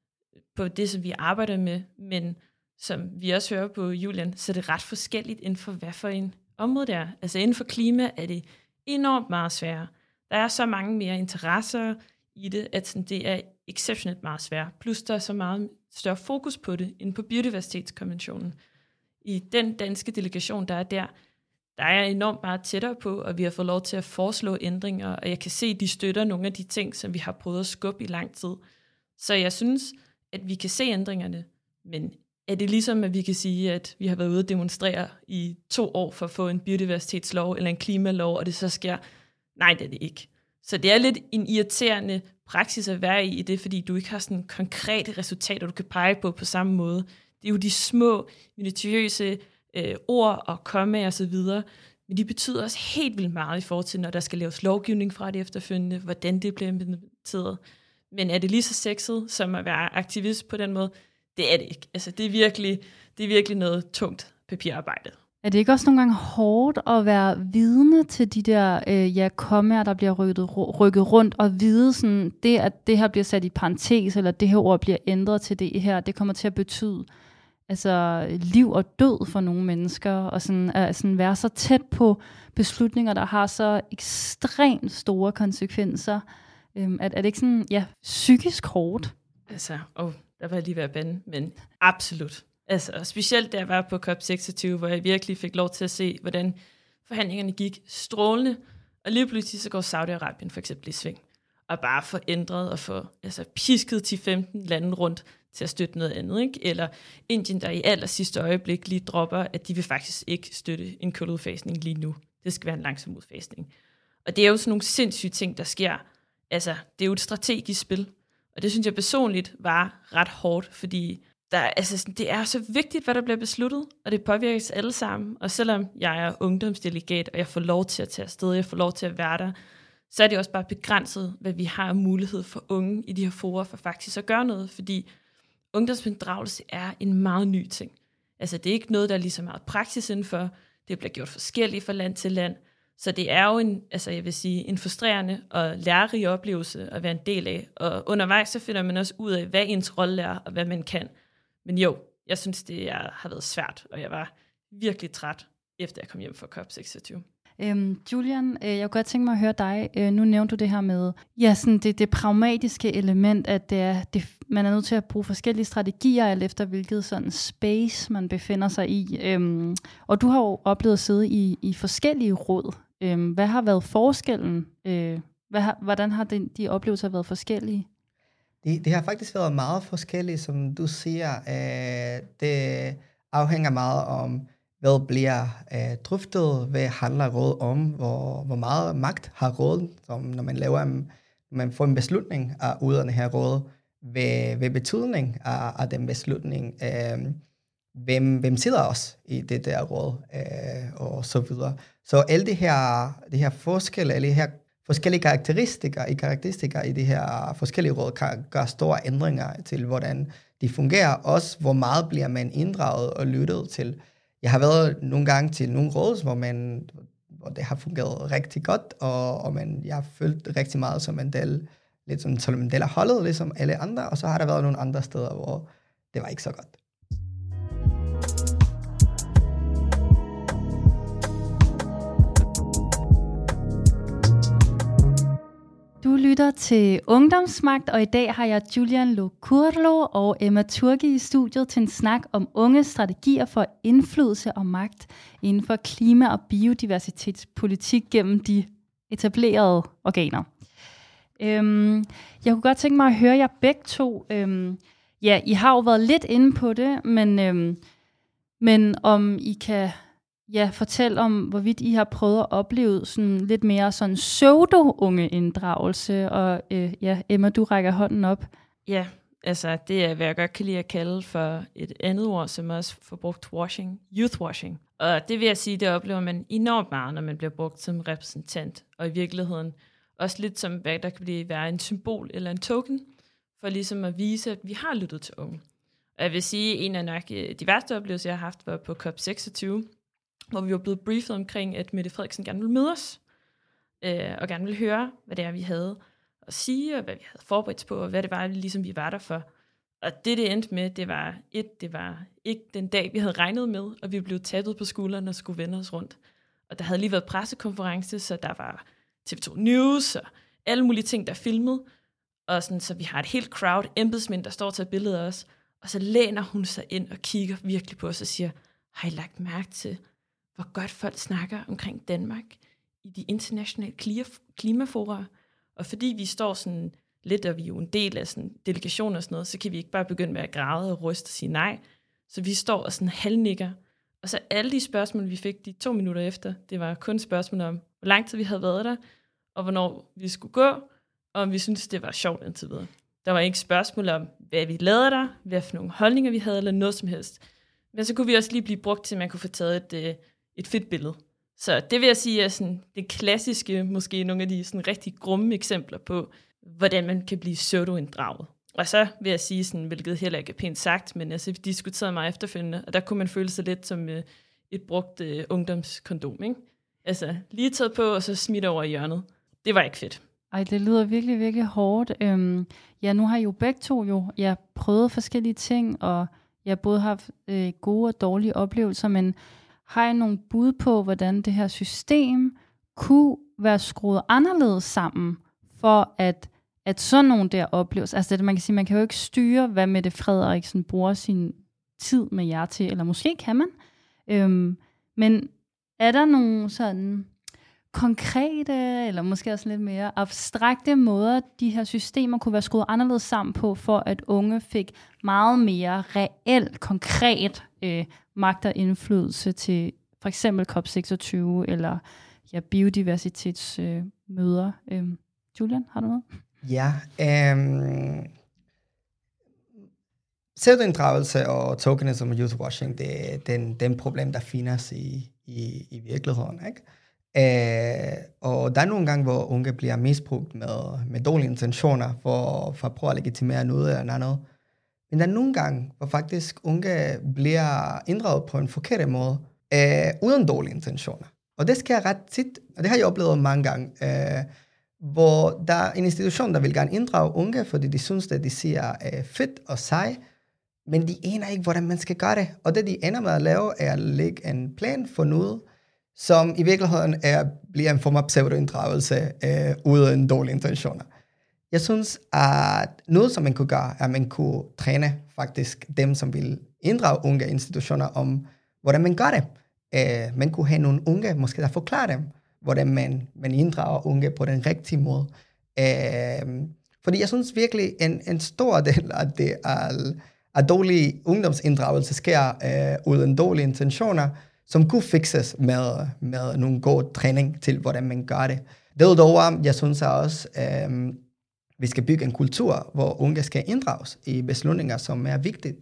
på det, som vi arbejder med, men som vi også hører på Julian, så er det ret forskelligt inden for, hvad for en område det er. Altså inden for klima er det enormt meget sværere. Der er så mange mere interesser i det, at sådan, det er exceptionelt meget sværere. Plus der er så meget større fokus på det, end på biodiversitetskonventionen. I den danske delegation, der er der, der er jeg enormt meget tættere på, og vi har fået lov til at foreslå ændringer, og jeg kan se, at de støtter nogle af de ting, som vi har prøvet at skubbe i lang tid. Så jeg synes, at vi kan se ændringerne, men er det ligesom, at vi kan sige, at vi har været ude at demonstrere i to år for at få en biodiversitetslov eller en klimalov, og det så sker? Nej, det er det ikke. Så det er lidt en irriterende praksis at være i, i det, fordi du ikke har sådan konkrete resultater, du kan pege på på samme måde. Det er jo de små, minutiøse øh, ord og kommaer og så videre, men de betyder også helt vildt meget i forhold til, når der skal laves lovgivning fra det efterfølgende, hvordan det bliver implementeret. Men er det lige så sexet som at være aktivist på den måde? Det er det ikke. Altså, det er virkelig, det er virkelig noget tungt papirarbejde. Er det ikke også nogle gange hårdt at være vidne til de der øh, ja, kommaer, der bliver rykket, rykket rundt, og vide sådan, det, at det her bliver sat i parentes, eller det her ord bliver ændret til det her, det kommer til at betyde altså, liv og død for nogle mennesker, og sådan, at sådan være så tæt på beslutninger, der har så ekstremt store konsekvenser. Øhm, er, er det ikke sådan, ja, psykisk hårdt? Altså, åh, der var jeg lige ved at bande, men absolut. Altså, specielt da jeg var på C O P seksogtyve, hvor jeg virkelig fik lov til at se, hvordan forhandlingerne gik strålende, og lige pludselig så går Saudi-Arabien for eksempel i sving, og bare få ændret og få altså, pisket til femten lande rundt til at støtte noget andet, ikke? Eller Indien, der i aller sidste øjeblik lige dropper, at de vil faktisk ikke støtte en kuludfasning lige nu. Det skal være en langsom udfasning. Og det er jo sådan nogle sindssyge ting, der sker. Altså, det er jo et strategisk spil, og det synes jeg personligt var ret hårdt, fordi der, altså, det er så vigtigt, hvad der bliver besluttet, og det påvirker alle sammen. Og selvom jeg er ungdomsdelegat, og jeg får lov til at tage afsted, jeg får lov til at være der, så er det også bare begrænset, hvad vi har mulighed for unge i de her forer for faktisk at gøre noget, fordi ungdomsinddragelse er en meget ny ting. Altså det er ikke noget, der er lige så meget praksis indenfor, det bliver gjort forskelligt fra land til land, så det er jo en, altså jeg vil sige, en frustrerende og lærerig oplevelse at være en del af, og undervejs så finder man også ud af, hvad ens rolle er, og hvad man kan. Men jo, jeg synes, det er, har været svært, og jeg var virkelig træt, efter jeg kom hjem fra C O P seksogtyve. Øhm, Julian, øh, jeg kunne godt tænke mig at høre dig. Øh, nu nævnte du det her med ja, sådan det, det pragmatiske element, at det er, det, man er nødt til at bruge forskellige strategier, alt efter hvilket sådan space man befinder sig i. Øhm, og du har jo oplevet at sidde i, i forskellige råd. Øhm, hvad har været forskellen? Øh, hvad har, hvordan har de, de oplevelser været forskellige? Det, det har faktisk været meget forskelligt, som du siger. Øh, det afhænger meget om, hvad bliver øh, drøftet, hvad handler råd om, hvor, hvor meget magt har råd, som når man laver en, når man får en beslutning af uderne her råd, ved, ved betydning af, af den beslutning, øh, hvem, hvem sidder også i det der råd, øh, og så videre. Så alle de her, de her forskelle, alle de her forskellige karakteristikker i karakteristikker i de her forskellige råd kan gøre store ændringer til, hvordan de fungerer, også hvor meget bliver man inddraget og lyttet til. Jeg har været nogle gange til nogle råd, hvor, man, hvor det har fungeret rigtig godt, og, og man, jeg har følt rigtig meget som en del, lidt som, som en del af holdet, ligesom alle andre, og så har der været nogle andre steder, hvor det var ikke så godt. Du lytter til Ungdomsmagt, og i dag har jeg Julian Lokurlo og Emma Turgi i studiet til en snak om unge strategier for indflydelse og magt inden for klima- og biodiversitetspolitik gennem de etablerede organer. Øhm, jeg kunne godt tænke mig at høre jer begge to. Øhm, ja, I har jo været lidt inde på det, men, øhm, men om I kan... Ja, fortæl om, hvorvidt I har prøvet at opleve sådan lidt mere sådan pseudo-unge inddragelse, og øh, ja, Emma, du rækker hånden op. Ja, altså det er, hvad jeg godt kan lide at kalde for et andet ord, som også får brugt washing, youth washing. Og det vil jeg sige, det oplever man enormt meget, når man bliver brugt som repræsentant, og i virkeligheden også lidt som, hvad der kan blive være en symbol eller en token, for ligesom at vise, at vi har lyttet til unge. Og jeg vil sige, en af nok de værste oplevelser, jeg har haft, var på C O P seksogtyve, hvor vi var blevet briefet omkring, at Mette Frederiksen gerne ville møde os, øh, og gerne ville høre, hvad det er, vi havde at sige, og hvad vi havde forberedt på, og hvad det var, ligesom vi var der for. Og det, det endte med, det var et, det var ikke den dag, vi havde regnet med, og vi blev tappet på skulderen og skulle vende os rundt. Og der havde lige været pressekonference, så der var T V to News og alle mulige ting, der filmede. Og sådan, så vi har et helt crowd, embedsmænd, der står og tager billeder af os. Og så læner hun sig ind og kigger virkelig på os og siger, har I lagt mærke til, hvor godt folk snakker omkring Danmark i de internationale klimafora? Og fordi vi står sådan lidt, og vi er jo en del af sådan delegationer og sådan noget, så kan vi ikke bare begynde med at græde og ryste og sige nej. Så vi står og sådan halvnikker. Og så alle de spørgsmål, vi fik de to minutter efter, det var kun spørgsmål om, hvor lang tid vi havde været der, og hvornår vi skulle gå, og om vi syntes, det var sjovt indtil videre. Der var ikke spørgsmål om, hvad vi lavede der, hvad for nogle holdninger vi havde, eller noget som helst. Men så kunne vi også lige blive brugt til, at man kunne få taget et, et fedt billede. Så det vil jeg sige er sådan det klassiske, måske nogle af de sådan rigtig grumme eksempler på, hvordan man kan blive pseudo-inddraget. Og så vil jeg sige, sådan, hvilket heller ikke er pænt sagt, men altså, vi diskuterede mig efterfølgende, og der kunne man føle sig lidt som øh, et brugt øh, ungdomskondom, ikke? Altså, lige taget på, og så smidt over i hjørnet. Det var ikke fedt. Ej, det lyder virkelig, virkelig hårdt. Øhm, ja, nu har I jo begge to jo ja, prøvet forskellige ting, og jeg både har haft øh, gode og dårlige oplevelser, men har I nogle bud på, hvordan det her system kunne være skruet anderledes sammen, for at, at sådan nogle der opleves? Altså, det, man kan sige, man kan jo ikke styre, hvad Mette Frederiksen bruger sin tid med jer til, eller måske kan man. Øhm, men er der nogle sådan konkrete, eller måske også lidt mere abstrakte måder, de her systemer kunne være skruet anderledes sammen på, for at unge fik meget mere reelt, konkret øh, magt og indflydelse til for eksempel C O P seksogtyve, eller ja, biodiversitetsmøder? Øh, øh, Julian, har du noget? Ja, øhm, pseudoinddragelse og tokenism og youthwashing, det er den, den problem, der findes i, i, i virkeligheden, ikke? Øh, og der er nogle gange, hvor unge bliver misbrugt med, med dårlige intentioner for, for at prøve at legitimere noget eller andet. Men der er nogle gange, hvor faktisk unge bliver inddraget på en forkert måde, øh, uden dårlige intentioner. Og det sker ret tit, og det har jeg oplevet mange gange, øh, hvor der er en institution, der vil gerne inddrage unge, fordi de synes, at de siger øh, fedt og sej, men de aner ikke, hvordan man skal gøre det. Og det, de ender med at lave, er at lægge en plan for noget, som i virkeligheden er, bliver en form af pseudoinddragelse øh, uden dårlige intentioner. Jeg synes, at noget, som man kunne gøre, er, at man kunne træne faktisk dem, som vil inddrage unge institutioner, om hvordan man gør det. Øh, man kunne have nogle unge, måske der forklare dem, hvordan man, man inddrager unge på den rigtige måde. Øh, fordi jeg synes virkelig, en, en stor del af det er, at dårlig ungdomsinddragelse sker øh, uden dårlige intentioner, som kunne fixes med, med nogle gode træning til, hvordan man gør det. Derudover, jeg synes også, øh, vi skal bygge en kultur, hvor unge skal inddrages i beslutninger, som er vigtigt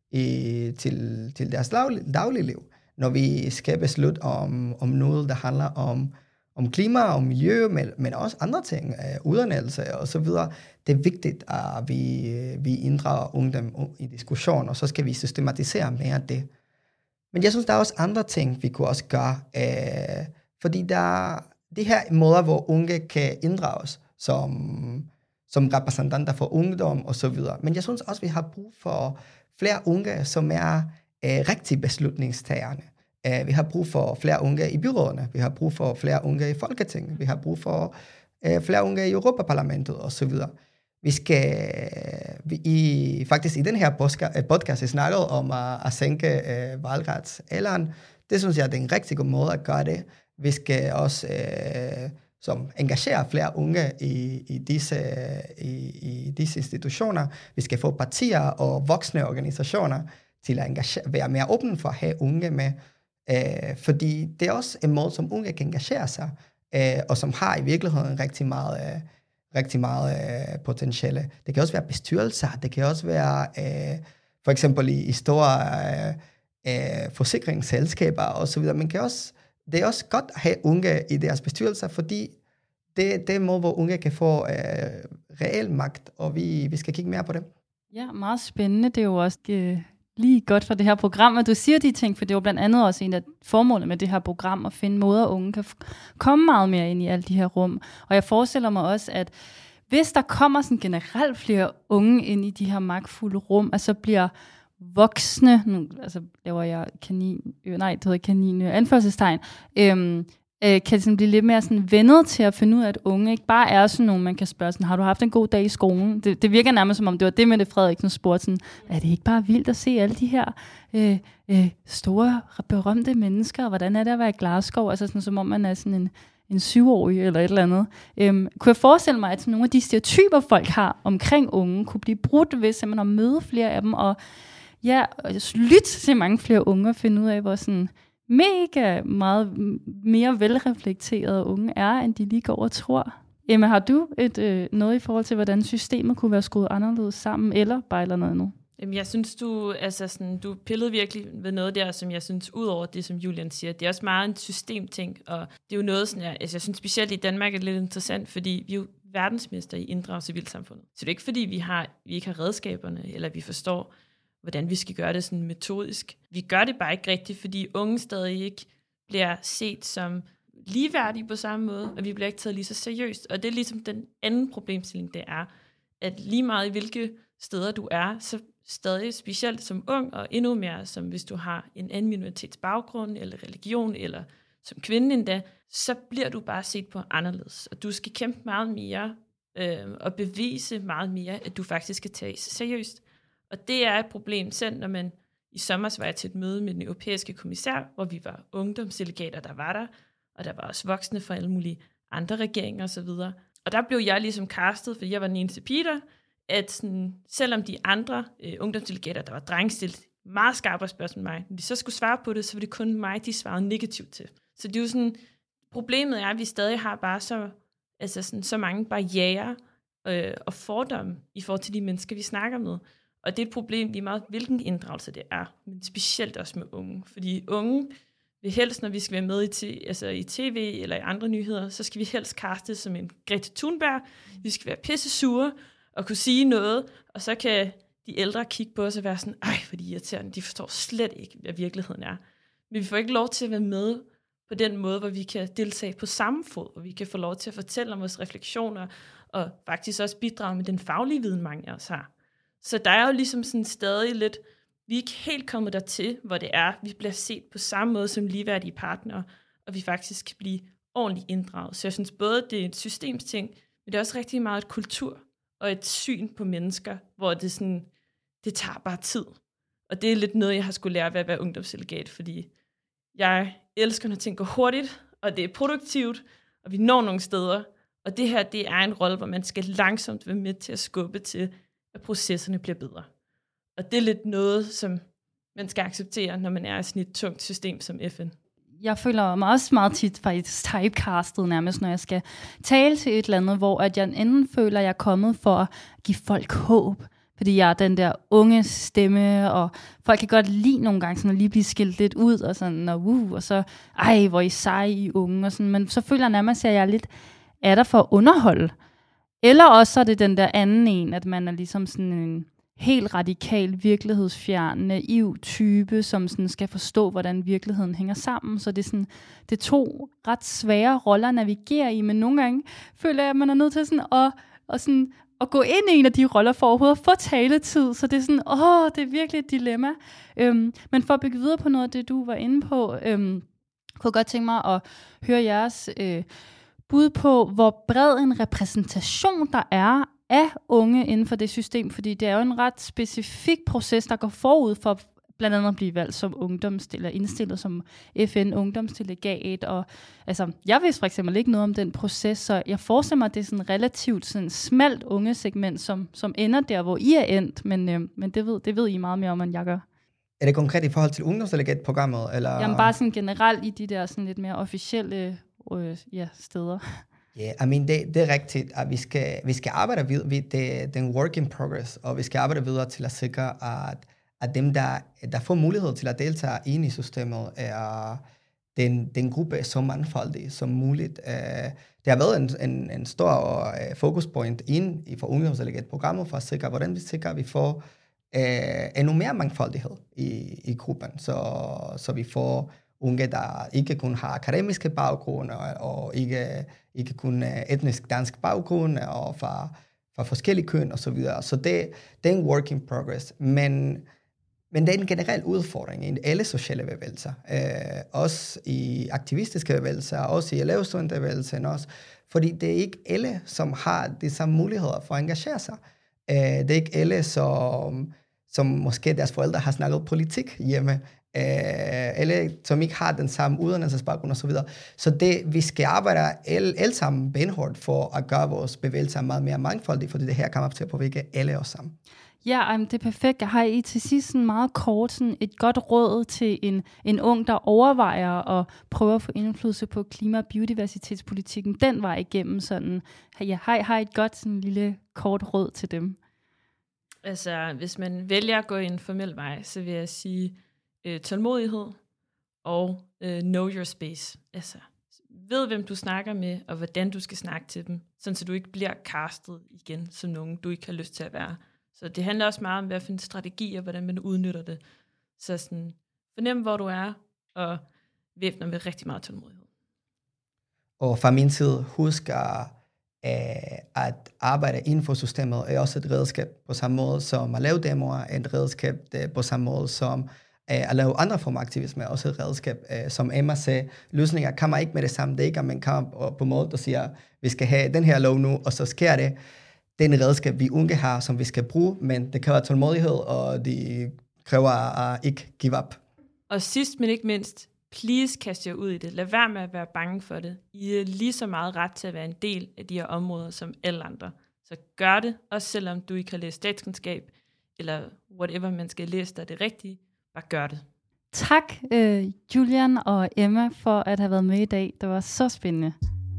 i, til, til deres dagligliv. Når vi skal beslutte om, om noget, der handler om, om klima og miljø, men, men også andre ting, øh, uddannelse og så videre. Det er vigtigt, at vi, vi inddrager ungdom i diskussion, og så skal vi systematisere mere af det. Men jeg synes, der er også andre ting, vi kunne også gøre. Øh, fordi der er de her måder, hvor unge kan inddrages som, som repræsentanter for ungdom og så videre. Men jeg synes også, vi har brug for flere unge, som er øh, rigtig beslutningstagerne. Uh, vi har brug for flere unge i byrådene. Vi har brug for flere unge i Folketinget. Vi har brug for uh, flere unge i Europaparlamentet og så videre. Vi skal vi, i, faktisk i den her podcast, jeg snakkede om at, at sænke uh, valgretsalderen. Det synes jeg, det er en rigtig god måde at gøre det. Vi skal også uh, som engagere flere unge i, i, disse, i, i disse institutioner. Vi skal få partier og voksne organisationer til at engagere, være mere åbne for at have unge med. Uh, fordi det er også en måde, som unge kan engagere sig, uh, og som har i virkeligheden rigtig meget, uh, rigtig meget uh, potentiale. Det kan også være bestyrelser, det kan også være uh, for eksempel i, i store uh, uh, forsikringsselskaber og så videre. Men kan også, det er også godt at have unge i deres bestyrelser, fordi det, det er en måde, hvor unge kan få uh, reel magt, og vi, vi skal kigge mere på det. Ja, meget spændende. Det er jo også uh... lige godt for det her program, at du siger de ting, for det er jo blandt andet også en af formålene med det her program, at finde måder, unge kan f- komme meget mere ind i alle de her rum. Og jeg forestiller mig også, at hvis der kommer sådan generelt flere unge ind i de her magtfulde rum, altså bliver voksne, nu altså laver jeg kanin, øh, nej, det hedder kanin, øh, anførselstegn, øhm, øh, kan sådan blive lidt mere sådan vendet til at finde ud af, at unge ikke bare er sådan nogen, man kan spørge sådan, har du haft en god dag i skolen? Det, det virker nærmest som om, det var det, Mette Frederiksen spurgte sådan, er det ikke bare vildt at se alle de her øh, øh, store, berømte mennesker, og hvordan er det at være i Glasgow? Altså sådan, som om man er sådan en, en syvårig eller et eller andet. Øhm, kunne jeg forestille mig, at sådan nogle af de stereotyper, folk har omkring unge, kunne blive brudt ved simpelthen at møde flere af dem, og ja, lyt til mange flere unge og finde ud af, hvor sådan mega meget mere velreflekterede unge er, end de lige går og tror. Emma, har du et, øh, noget i forhold til, hvordan systemet kunne være skruet anderledes sammen, eller bare eller noget andet? Jamen, jeg synes, du, altså sådan, du pillede virkelig ved noget der, som jeg synes, ud over det, som Julian siger, det er også meget en systemting, og det er jo noget sådan, jeg, altså, jeg synes specielt i Danmark er det lidt interessant, fordi vi er jo verdensmester i inddrag civilsamfundet. Så det er ikke fordi, vi, har, vi ikke har redskaberne, eller vi forstår, hvordan vi skal gøre det sådan metodisk. Vi gør det bare ikke rigtigt, fordi unge stadig ikke bliver set som ligeværdige på samme måde, og vi bliver ikke taget lige så seriøst. Og det er ligesom den anden problemstilling, det er, at lige meget i hvilke steder du er, så stadig specielt som ung, og endnu mere som hvis du har en anden minoritets baggrund, eller religion, eller som kvinde endda, så bliver du bare set på anderledes. Og du skal kæmpe meget mere, øh, og bevise meget mere, at du faktisk skal tages seriøst. Og det er et problem, selv når man i sommer var til et møde med den europæiske kommissær, hvor vi var ungdomsdelegater, der var der, og der var også voksne fra alle mulige andre regeringer osv. Og der blev jeg ligesom castet, fordi jeg var den eneste pige der, at sådan, selvom de andre øh, ungdomsdelegater, der var drengstillet, meget skarpere spørgsmål end mig, når de så skulle svare på det, så var det kun mig, de svarede negativt til. Så det er jo sådan, problemet er, at vi stadig har bare så, altså sådan, så mange barrierer øh, og fordomme i forhold til de mennesker, vi snakker med. Og det er et problem lige meget, hvilken inddragelse det er, men specielt også med unge. Fordi unge vil helst, når vi skal være med i, t- altså i tv eller i andre nyheder, så skal vi helst kastes som en Greta Thunberg. Vi skal være pisse sure og kunne sige noget, og så kan de ældre kigge på os og være sådan, ej, hvor de irriterende, de forstår slet ikke, hvad virkeligheden er. Men vi får ikke lov til at være med på den måde, hvor vi kan deltage på samme fod, hvor vi kan få lov til at fortælle om vores refleksioner, og faktisk også bidrage med den faglige viden, mange af os har. Så der er jo ligesom sådan stadig lidt, vi er ikke helt kommet dertil, hvor det er, vi bliver set på samme måde som ligeværdige partnere, og vi faktisk kan blive ordentligt inddraget. Så jeg synes både, det er et systemsting, men det er også rigtig meget et kultur og et syn på mennesker, hvor det sådan, det tager bare tid. Og det er lidt noget, jeg har skulle lære ved at være ungdomsdelegat, fordi jeg elsker, når ting går hurtigt, og det er produktivt, og vi når nogle steder. Og det her, det er en rolle, hvor man skal langsomt være med til at skubbe til, at processerne bliver bedre. Og det er lidt noget, som man skal acceptere, når man er i sådan et tungt system som F N. Jeg føler mig også meget tit faktisk typecastet nærmest, når jeg skal tale til et eller andet, hvor at jeg enten føler, at jeg er kommet for at give folk håb, fordi jeg er den der unge stemme, og folk kan godt lide nogle gange sådan at lige blive skilt lidt ud, og sådan, og, uh, og så, ej, hvor I seje I unge, og sådan, men så føler jeg nærmest, at jeg er lidt er der for at underholde. Eller også er det den der anden en, at man er ligesom sådan en helt radikal, virkelighedsfjern, naiv type, som sådan skal forstå, hvordan virkeligheden hænger sammen. Så det er sådan, det er to ret svære roller at navigere i, men nogle gange føler jeg, at man er nødt til sådan at, og sådan, at gå ind i en af de roller for overhovedet at få taletid. Så det er sådan, åh, det er virkelig et dilemma. Øhm, men for at bygge videre på noget af det, du var inde på, øhm, kunne jeg godt tænke mig at høre jeres øh, bud på, hvor bred en repræsentation der er af unge inden for det system, fordi det er jo en ret specifik proces, der går forud for blandt andet at blive valgt som ungdomsdelegat, indstillet som F N-ungdomsdelegat, og altså, jeg vidste for eksempel ikke noget om den proces, så jeg forestiller mig, at det er sådan relativt sådan smalt unge segment, som, som ender der, hvor I er endt, men, øh, men det, ved, det ved I meget mere om, end jeg gør. Er det konkret i forhold til ungdomsdelegatprogrammet? Eller? Jamen bare sådan generelt i de der sådan lidt mere officielle øh, ja, steder. Ja, yeah, I mean, det, det er rigtigt, at vi skal, vi skal arbejde videre ved det, den work in progress, og vi skal arbejde videre til at sikre, at, at dem, der, der får mulighed til at deltage ind i systemet, er den, den gruppe så mangfoldig som muligt. Det har været en, en, en stor fokuspunkt ind i for ungdomsdelegatprogrammet for at sikre, hvordan vi sikrer, at vi får uh, endnu mere mangfoldighed i, i gruppen, så, så vi får unge, der ikke kun har akademiske baggrunde, og, og ikke, ikke kun etnisk dansk baggrund, og fra, fra forskellige køn og så videre. Så det, det er en work in progress. Men, men det er en generel udfordring i alle sociale bevægelser. Øh, også i aktivistiske bevægelser, også i elevstudenterbevægelsen også. Fordi det er ikke alle, som har de samme muligheder for at engagere sig. Øh, det er ikke alle, som, som måske deres forældre har snakket politik hjemme. Eller som ikke har den samme uddannelsesbaggrund og så videre. Så det, vi skal arbejde alle, alle sammen benhårdt for at gøre vores bevægelser meget mere mangfoldige, fordi det her kommer til at påvirke alle os sammen. Ja, um, det er perfekt. Jeg har I til sidst sådan meget kort sådan et godt råd til en, en ung, der overvejer at prøve at få indflydelse på klima- og biodiversitetspolitikken den vej igennem. Sådan, ja, har, har I et godt sådan lille kort råd til dem? Altså, hvis man vælger at gå en formel vej, så vil jeg sige øh, tålmodighed og øh, know your space. Altså, ved hvem du snakker med, og hvordan du skal snakke til dem, sådan så du ikke bliver castet igen som nogen, du ikke har lyst til at være. Så det handler også meget om, hvad for en strategi, og hvordan man udnytter det. Så sådan, fornem, hvor du er, og væbner med rigtig meget tålmodighed. Og fra min side, husk at arbejde inden for systemet er også et redskab på samme måde som at lave demoer, et redskab på samme måde som at lave andre former aktivisme, er også et redskab. Som Emma sagde, løsninger kommer ikke med det samme. Det er ikke, at man kommer på måde, der siger, vi skal have den her lov nu, og så sker det. Det er en redskab, vi unge har, som vi skal bruge, men det kræver tålmodighed, og det kræver at ikke give up. Og sidst, men ikke mindst, please kast jer ud i det. Lad være med at være bange for det. I er lige så meget ret til at være en del af de her områder som alle andre. Så gør det, også selvom du ikke har læst statskundskab, eller whatever man skal læse, der er det rigtige. Bare gør det. Tak, øh, Julian og Emma, for at have været med i dag. Det var så spændende.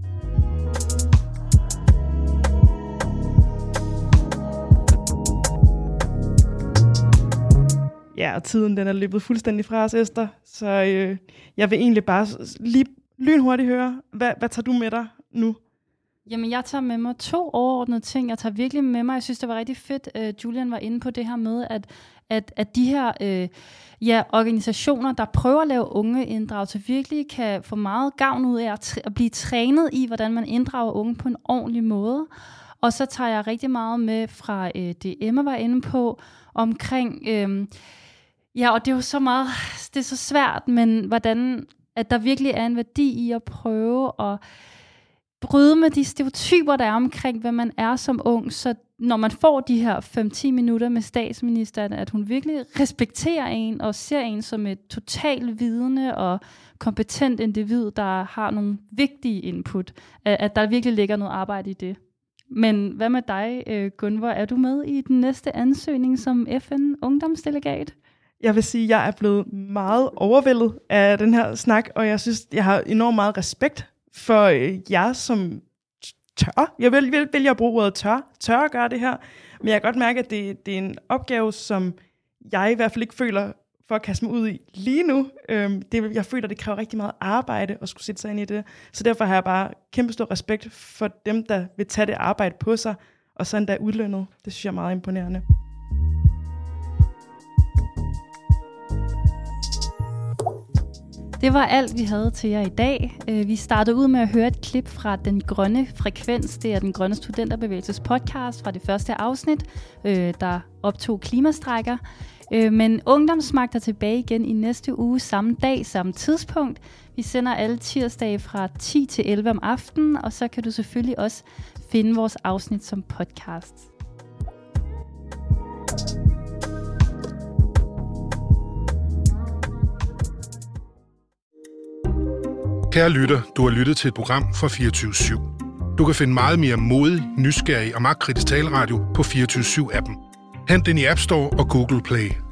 Ja, og tiden den er løbet fuldstændig fra os, Esther. Så øh, jeg vil egentlig bare lige lynhurtigt høre, hvad, hvad tager du med dig nu? Jamen, jeg tager med mig to overordnede ting. Jeg tager virkelig med mig, jeg synes, det var rigtig fedt, uh, Julian var inde på det her med, at, at, at de her uh, ja, organisationer, der prøver at lave unge inddragelse, virkelig kan få meget gavn ud af at, tr- at blive trænet i, hvordan man inddrager unge på en ordentlig måde. Og så tager jeg rigtig meget med fra uh, det, Emma var inde på, omkring, øh, ja, og det er jo så meget, det er så svært, men hvordan, at der virkelig er en værdi i at prøve at bryde med de stereotyper, der er omkring, hvad man er som ung, så når man får de her fem til ti minutter med statsministeren, at hun virkelig respekterer en, og ser en som et totalt vidende og kompetent individ, der har nogle vigtige input, at der virkelig ligger noget arbejde i det. Men hvad med dig, Gunvor? Er du med i den næste ansøgning som F N-ungdomsdelegat? Jeg vil sige, at jeg er blevet meget overvældet af den her snak, og jeg synes, jeg har enormt meget respekt for jer, som tør. Jeg vil, vil, vil jeg bruge ordet tør, tør at gøre det her, men jeg kan godt mærke, at det, det er en opgave, som jeg i hvert fald ikke føler for at kaste mig ud i lige nu. Øhm, det, jeg føler, det kræver rigtig meget arbejde at skulle sætte sig ind i det. Så derfor har jeg bare kæmpe stor respekt for dem, der vil tage det arbejde på sig, og så endda udlønnet. Det synes jeg er meget imponerende. Det var alt, vi havde til jer i dag. Vi startede ud med at høre et klip fra Den Grønne Frekvens. Det er Den Grønne Studenterbevægelses podcast fra det første afsnit, der optog klimastrækker. Men Ungdomsmagt er tilbage igen i næste uge, samme dag, samme tidspunkt. Vi sender alle tirsdage fra ti til elleve om aftenen, og så kan du selvfølgelig også finde vores afsnit som podcast. Kære lytter, du har lyttet til et program fra fireogtyve syv. Du kan finde meget mere modig, nysgerrig og magtkritisk taleradio på fireogtyve syv appen. Hent den i App Store og Google Play.